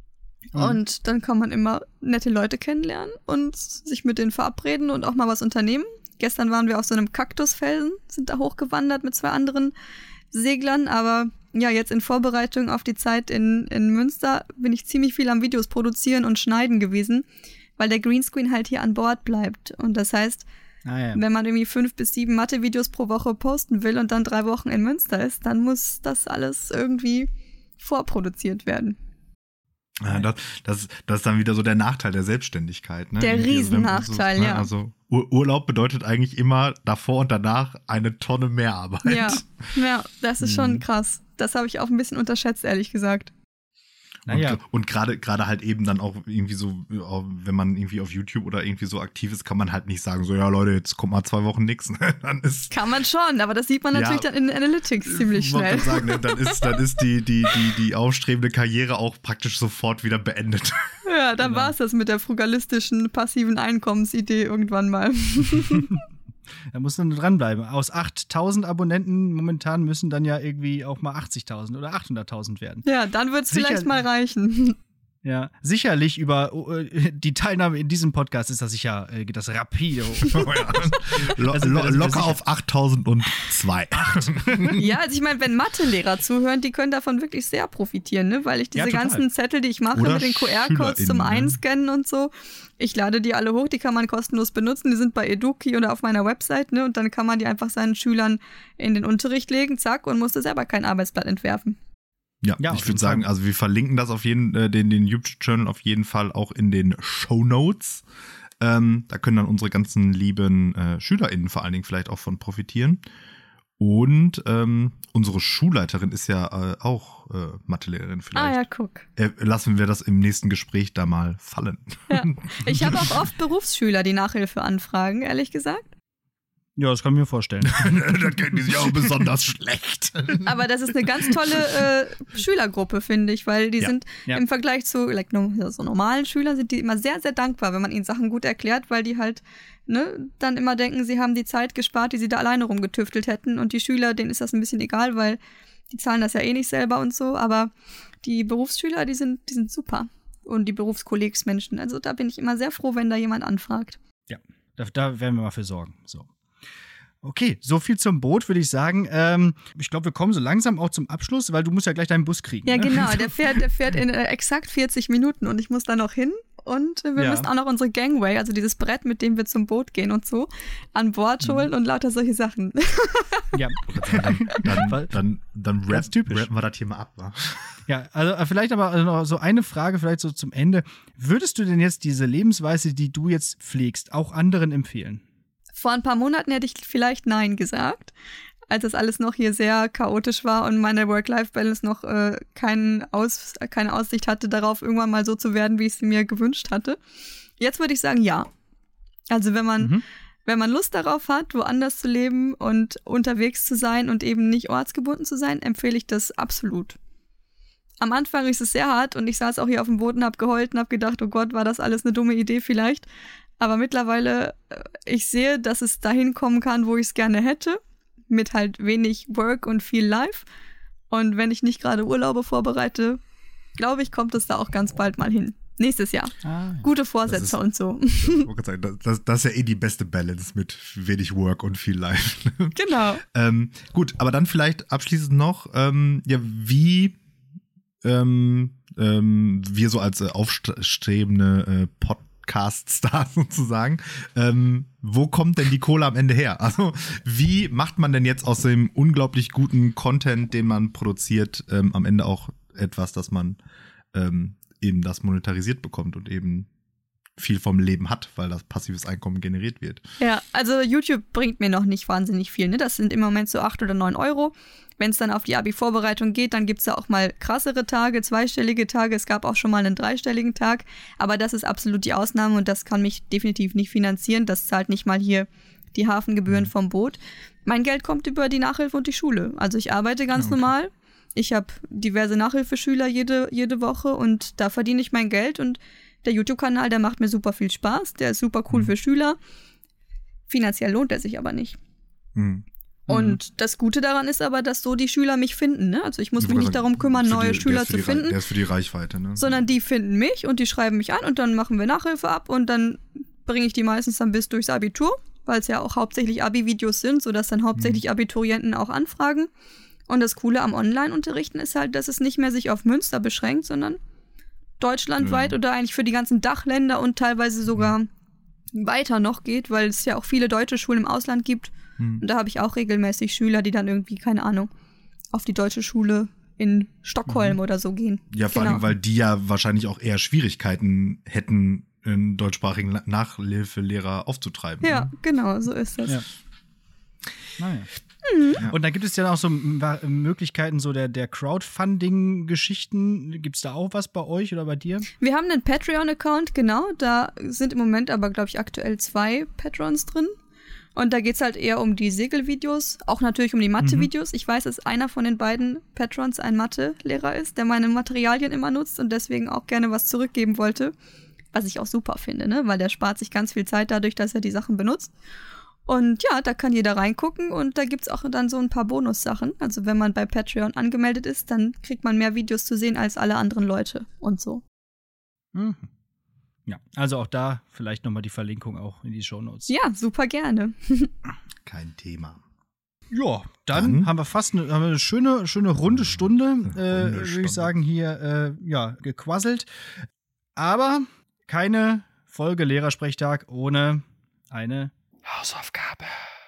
Speaker 3: Mhm. Und dann kann man immer nette Leute kennenlernen und sich mit denen verabreden und auch mal was unternehmen. Gestern waren wir auf so einem Kaktusfelsen, sind da hochgewandert mit zwei anderen Seglern, aber ja, jetzt in Vorbereitung auf die Zeit in, in Münster bin ich ziemlich viel am Videos produzieren und schneiden gewesen, weil der Greenscreen halt hier an Bord bleibt. Und das heißt, ah, ja. wenn man irgendwie fünf bis sieben Mathe-Videos pro Woche posten will und dann drei Wochen in Münster ist, dann muss das alles irgendwie vorproduziert werden.
Speaker 2: Ja, das, das, das ist dann wieder so der Nachteil der Selbstständigkeit. Ne?
Speaker 3: Der Riesennachteil,
Speaker 2: so, ne?
Speaker 3: ja.
Speaker 2: Also Ur- Urlaub bedeutet eigentlich immer davor und danach eine Tonne mehr Arbeit.
Speaker 3: Ja, ja, das ist schon krass. Das habe ich auch ein bisschen unterschätzt, ehrlich gesagt.
Speaker 2: Naja. Und, und gerade gerade halt eben dann auch irgendwie so, wenn man irgendwie auf YouTube oder irgendwie so aktiv ist, kann man halt nicht sagen, so ja Leute, jetzt kommt mal zwei Wochen nix. Dann ist,
Speaker 3: kann man schon, aber das sieht man natürlich ja, dann in den Analytics ziemlich schnell.
Speaker 2: Ich sagen, ne, dann ist, dann ist die, die, die, die aufstrebende Karriere auch praktisch sofort wieder beendet.
Speaker 3: Ja, dann genau. war es das mit der frugalistischen, passiven Einkommensidee irgendwann mal.
Speaker 1: Da muss man dranbleiben. Aus achttausend Abonnenten momentan müssen dann ja irgendwie auch mal achtzigtausend oder achthunderttausend werden.
Speaker 3: Ja, dann wird es vielleicht mal reichen.
Speaker 1: Ja, sicherlich über äh, die Teilnahme in diesem Podcast ist das sicher, äh, geht das rapide hoch.
Speaker 2: Oh ja. Lo- also, lo- locker auf achttausendzwei.
Speaker 3: Ja, also ich meine, wenn Mathelehrer zuhören, die können davon wirklich sehr profitieren, ne? Weil ich diese
Speaker 1: ja,
Speaker 3: ganzen Zettel, die ich mache
Speaker 2: Oder
Speaker 3: mit den Q R-Codes zum Einscannen und so, ich lade die alle hoch, die kann man kostenlos benutzen, die sind bei Eduki oder auf meiner Website, ne? Und dann kann man die einfach seinen Schülern in den Unterricht legen, zack, und musste selber kein Arbeitsblatt entwerfen.
Speaker 2: Ja, ja, ich würde sagen, also wir verlinken das auf jeden, äh, den, den YouTube-Channel auf jeden Fall auch in den Shownotes. Ähm, da können dann unsere ganzen lieben äh, SchülerInnen vor allen Dingen vielleicht auch von profitieren. Und ähm, unsere Schulleiterin ist ja äh, auch äh, Mathelehrerin vielleicht.
Speaker 3: Ah ja, guck.
Speaker 2: Äh, lassen wir das im nächsten Gespräch da mal fallen.
Speaker 3: Ja. Ich habe auch oft Berufsschüler, die Nachhilfe anfragen, ehrlich gesagt.
Speaker 1: Ja, das kann ich mir vorstellen.
Speaker 2: Das kennen die sich auch besonders schlecht.
Speaker 3: Aber das ist eine ganz tolle äh, Schülergruppe, finde ich, weil die ja. sind ja. im Vergleich zu like, so normalen Schülern sind die immer sehr, sehr dankbar, wenn man ihnen Sachen gut erklärt, weil die halt ne, dann immer denken, sie haben die Zeit gespart, die sie da alleine rumgetüftelt hätten. Und die Schüler, denen ist das ein bisschen egal, weil die zahlen das ja eh nicht selber und so. Aber die Berufsschüler, die sind, die sind super. Und die Berufskollegsmenschen. Also da bin ich immer sehr froh, wenn da jemand anfragt.
Speaker 1: Ja, da, da werden wir mal für sorgen. So. Okay, so viel zum Boot, würde ich sagen. Ähm, ich glaube, wir kommen so langsam auch zum Abschluss, weil du musst ja gleich deinen Bus kriegen.
Speaker 3: Ja,
Speaker 1: ne?
Speaker 3: genau. Der fährt, der fährt in äh, exakt vierzig Minuten und ich muss da noch hin. Und wir ja. müssen auch noch unsere Gangway, also dieses Brett, mit dem wir zum Boot gehen und so, an Bord holen mhm. und lauter solche Sachen.
Speaker 1: Ja,
Speaker 2: dann, dann, dann, dann rap, rappen wir das hier mal ab, wa?
Speaker 1: Ja, also vielleicht aber noch so eine Frage, vielleicht so zum Ende. Würdest du denn jetzt diese Lebensweise, die du jetzt pflegst, auch anderen empfehlen?
Speaker 3: Vor ein paar Monaten hätte ich vielleicht Nein gesagt, als das alles noch hier sehr chaotisch war und meine Work-Life-Balance noch äh, kein Aus, keine Aussicht hatte, darauf irgendwann mal so zu werden, wie ich es mir gewünscht hatte. Jetzt würde ich sagen, ja. Also wenn man, mhm. wenn man Lust darauf hat, woanders zu leben und unterwegs zu sein und eben nicht ortsgebunden zu sein, empfehle ich das absolut. Am Anfang ist es sehr hart und ich saß auch hier auf dem Boden, hab geheult und hab gedacht, oh Gott, war das alles eine dumme Idee vielleicht. Aber mittlerweile, ich sehe, dass es dahin kommen kann, wo ich es gerne hätte, mit halt wenig Work und viel Life. Und wenn ich nicht gerade Urlaube vorbereite, glaube ich, kommt es da auch ganz bald mal hin. Nächstes Jahr. Ah, ja. Gute Vorsätze ist, und so.
Speaker 2: Das, das, das ist ja eh die beste Balance mit wenig Work und viel Life.
Speaker 3: Genau.
Speaker 2: ähm, gut, aber dann vielleicht abschließend noch, ähm, ja, wie ähm, ähm, wir so als äh, aufstrebende äh, Podcast Cast-Star sozusagen. Ähm, wo kommt denn die Kohle am Ende her? Also wie macht man denn jetzt aus dem unglaublich guten Content, den man produziert, ähm, am Ende auch etwas, dass man ähm, eben das monetarisiert bekommt und eben viel vom Leben hat, weil das passives Einkommen generiert wird?
Speaker 3: Ja, also YouTube bringt mir noch nicht wahnsinnig viel. Ne? Das sind im Moment so acht oder neun Euro. Wenn es dann auf die Abi-Vorbereitung geht, dann gibt es da auch mal krassere Tage, zweistellige Tage. Es gab auch schon mal einen dreistelligen Tag. Aber das ist absolut die Ausnahme und das kann mich definitiv nicht finanzieren. Das zahlt nicht mal hier die Hafengebühren mhm. vom Boot. Mein Geld kommt über die Nachhilfe und die Schule. Also ich arbeite ganz okay. normal. Ich habe diverse Nachhilfeschüler jede, jede Woche und da verdiene ich mein Geld. Und der YouTube-Kanal, der macht mir super viel Spaß. Der ist super cool mhm. für Schüler. Finanziell lohnt er sich aber nicht.
Speaker 2: Mhm.
Speaker 3: Und mhm. das Gute daran ist aber, dass so die Schüler mich finden. Ne? Also ich muss
Speaker 2: Ich
Speaker 3: mich nicht
Speaker 2: sagen,
Speaker 3: darum kümmern,
Speaker 2: für
Speaker 3: neue
Speaker 2: die,
Speaker 3: Schüler
Speaker 2: der ist für
Speaker 3: zu
Speaker 2: die Re-
Speaker 3: finden.
Speaker 2: Der ist für die Reichweite, ne?
Speaker 3: Sondern die finden mich und die schreiben mich an und dann machen wir Nachhilfe ab und dann bringe ich die meistens dann bis durchs Abitur, weil es ja auch hauptsächlich Abi-Videos sind, sodass dann hauptsächlich mhm. Abiturienten auch anfragen. Und das Coole am Online-Unterrichten ist halt, dass es nicht mehr sich auf Münster beschränkt, sondern deutschlandweit ja. oder eigentlich für die ganzen Dachländer und teilweise sogar mhm. weiter noch geht, weil es ja auch viele deutsche Schulen im Ausland gibt. Mhm. Und da habe ich auch regelmäßig Schüler, die dann irgendwie, keine Ahnung, auf die deutsche Schule in Stockholm mhm. oder so gehen.
Speaker 2: Ja, vor
Speaker 3: genau.
Speaker 2: allem, weil die ja wahrscheinlich auch eher Schwierigkeiten hätten, einen deutschsprachigen Nachhilfelehrer aufzutreiben.
Speaker 3: Ja,
Speaker 2: ne?
Speaker 3: genau, so ist das.
Speaker 1: Ja. Naja.
Speaker 3: Mhm.
Speaker 1: Ja. Und dann gibt es ja auch so M- Möglichkeiten so der, der Crowdfunding-Geschichten. Gibt es da auch was bei euch oder bei dir?
Speaker 3: Wir haben einen Patreon-Account, genau. Da sind im Moment aber, glaube ich, aktuell zwei Patrons drin. Und da geht es halt eher um die Segelvideos, auch natürlich um die Mathe-Videos. Mhm. Ich weiß, dass einer von den beiden Patrons ein Mathe-Lehrer ist, der meine Materialien immer nutzt und deswegen auch gerne was zurückgeben wollte. Was ich auch super finde, ne? Weil der spart sich ganz viel Zeit dadurch, dass er die Sachen benutzt. Und ja, da kann jeder reingucken und da gibt's auch dann so ein paar Bonussachen. Also wenn man bei Patreon angemeldet ist, dann kriegt man mehr Videos zu sehen als alle anderen Leute und so.
Speaker 1: Mhm. Ja, also auch da vielleicht nochmal die Verlinkung auch in die Shownotes.
Speaker 3: Ja, super gerne.
Speaker 2: Kein Thema.
Speaker 1: Ja, dann, dann haben wir fast eine, haben wir eine schöne, schöne runde Stunde, äh, würde ich sagen, hier äh, ja, gequasselt. Aber keine Folge Lehrersprechtag ohne eine Hausaufgabe.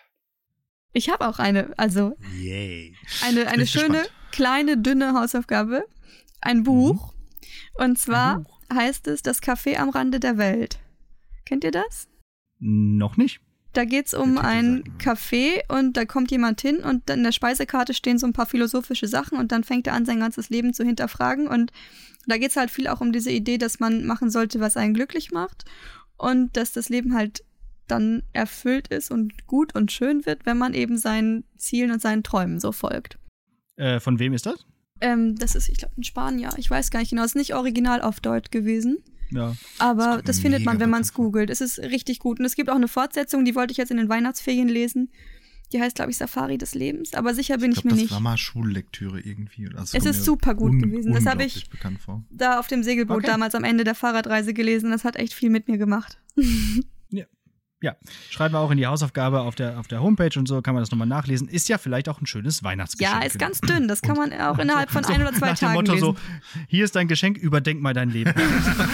Speaker 3: Ich habe auch eine, also
Speaker 2: Yay.
Speaker 3: eine, eine schöne, gespannt. kleine, dünne Hausaufgabe. Ein Buch. Mhm. Und zwar Buch. heißt es Das Café am Rande der Welt. Kennt ihr das?
Speaker 1: Noch nicht.
Speaker 3: Da geht's um ein Café und da kommt jemand hin und in der Speisekarte stehen so ein paar philosophische Sachen und dann fängt er an, sein ganzes Leben zu hinterfragen. Und da geht's halt viel auch um diese Idee, dass man machen sollte, was einen glücklich macht und dass das Leben halt dann erfüllt ist und gut und schön wird, wenn man eben seinen Zielen und seinen Träumen so folgt.
Speaker 1: Äh, von wem ist das?
Speaker 3: Ähm, das ist, ich glaube, ein Spanier. Ich weiß gar nicht genau. Es ist nicht original auf Deutsch gewesen.
Speaker 1: Ja.
Speaker 3: Aber das, das findet man, wenn man es googelt. Es ist richtig gut. Und es gibt auch eine Fortsetzung, die wollte ich jetzt in den Weihnachtsferien lesen. Die heißt, glaube ich, Safari des Lebens. Aber sicher bin ich,
Speaker 2: ich
Speaker 3: glaub,
Speaker 2: mir
Speaker 3: nicht.
Speaker 2: Das war mal Schullektüre irgendwie. Also
Speaker 3: es ist super gut
Speaker 2: un-
Speaker 3: gewesen. Das habe ich da auf dem Segelboot okay. damals am Ende der Fahrradreise gelesen. Das hat echt viel mit mir gemacht.
Speaker 1: Ja. Ja, schreiben wir auch in die Hausaufgabe auf der, auf der Homepage und so, kann man das nochmal nachlesen. Ist ja vielleicht auch ein schönes Weihnachtsgeschenk.
Speaker 3: Ja, ist ganz dünn. Das kann man auch innerhalb von
Speaker 1: so,
Speaker 3: ein oder zwei
Speaker 1: nach
Speaker 3: Tagen
Speaker 1: dem Motto
Speaker 3: lesen.
Speaker 1: So, hier ist dein Geschenk, überdenk mal dein Leben.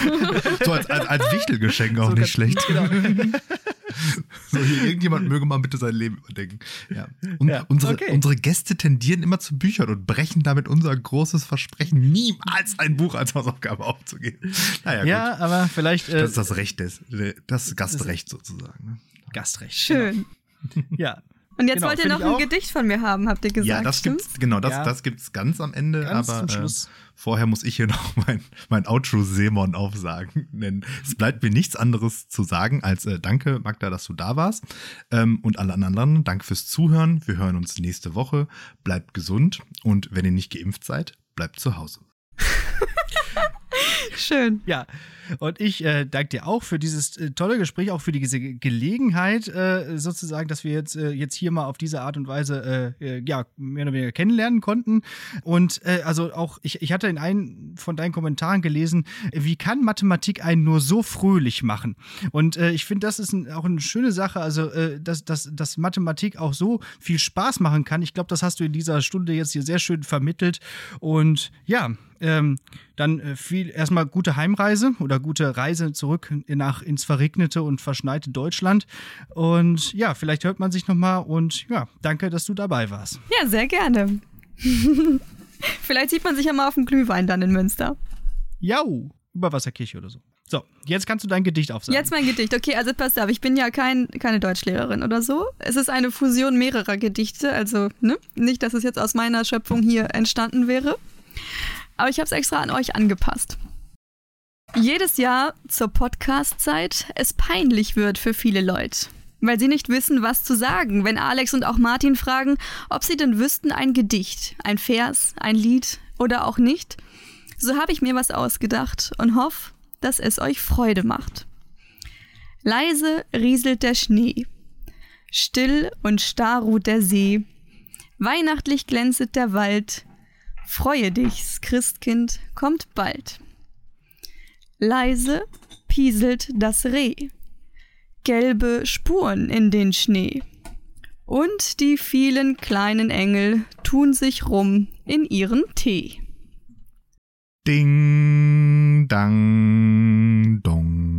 Speaker 2: So als, als, als Wichtelgeschenk auch
Speaker 1: so
Speaker 2: nicht schlecht.
Speaker 1: Genau.
Speaker 2: So, hier, irgendjemand möge mal bitte sein Leben überdenken. Ja. Und
Speaker 1: ja,
Speaker 2: unsere,
Speaker 1: okay.
Speaker 2: unsere Gäste tendieren immer zu Büchern und brechen damit unser großes Versprechen, niemals ein Buch als Hausaufgabe aufzugeben. Naja,
Speaker 1: ja,
Speaker 2: gut.
Speaker 1: aber vielleicht. Äh,
Speaker 2: das ist das Recht des, das Gastrecht sozusagen. Ne?
Speaker 1: Gastrecht.
Speaker 3: Schön.
Speaker 1: Genau. Ja.
Speaker 3: Und jetzt
Speaker 1: genau,
Speaker 3: wollt ihr noch ein auch. Gedicht von mir haben, habt ihr gesagt.
Speaker 2: Ja, das
Speaker 3: stimmt's?
Speaker 2: gibt's, genau, das,
Speaker 1: ja.
Speaker 2: das gibt's ganz am Ende,
Speaker 1: ganz
Speaker 2: aber
Speaker 1: zum Schluss.
Speaker 2: Äh, vorher muss ich hier noch mein, mein Outro-Semon aufsagen. Denn es bleibt mir nichts anderes zu sagen als äh, danke, Magda, dass du da warst. Ähm, und alle anderen, danke fürs Zuhören. Wir hören uns nächste Woche. Bleibt gesund und wenn ihr nicht geimpft seid, bleibt zu Hause.
Speaker 3: Schön.
Speaker 1: Ja, und ich äh, danke dir auch für dieses äh, tolle Gespräch, auch für diese Gelegenheit, äh, sozusagen, dass wir jetzt, äh, jetzt hier mal auf diese Art und Weise äh, ja, mehr oder weniger kennenlernen konnten. Und äh, also auch, ich, ich hatte in einem von deinen Kommentaren gelesen, wie kann Mathematik einen nur so fröhlich machen? Und äh, ich finde, das ist ein, auch eine schöne Sache, also äh, dass, dass, dass Mathematik auch so viel Spaß machen kann. Ich glaube, das hast du in dieser Stunde jetzt hier sehr schön vermittelt. Und ja, Ähm, dann äh, viel erstmal gute Heimreise oder gute Reise zurück nach ins verregnete und verschneite Deutschland. Und ja, vielleicht hört man sich nochmal und ja, danke, dass du dabei warst.
Speaker 3: Ja, sehr gerne. Vielleicht sieht man sich ja mal auf dem Glühwein dann in Münster.
Speaker 1: Jau, über Wasserkirche oder so. So, jetzt kannst du dein Gedicht aufsagen.
Speaker 3: Jetzt mein Gedicht. Okay, also passt auf, ich bin ja kein, keine Deutschlehrerin oder so. Es ist eine Fusion mehrerer Gedichte, also ne? Nicht, dass es jetzt aus meiner Schöpfung hier entstanden wäre. Aber ich habe es extra an euch angepasst. Jedes Jahr zur Podcast-Zeit es peinlich wird für viele Leute, weil sie nicht wissen, was zu sagen, wenn Alex und auch Martin fragen, ob sie denn wüssten, ein Gedicht, ein Vers, ein Lied oder auch nicht. So habe ich mir was ausgedacht und hoffe, dass es euch Freude macht. Leise rieselt der Schnee, still und starr ruht der See, Weihnachtlich glänzet der Wald, freue dich's Christkind kommt bald. Leise pieselt das Reh, gelbe Spuren in den Schnee. Und die vielen kleinen Engel tun sich rum in ihren Tee.
Speaker 2: Ding, dang, dong.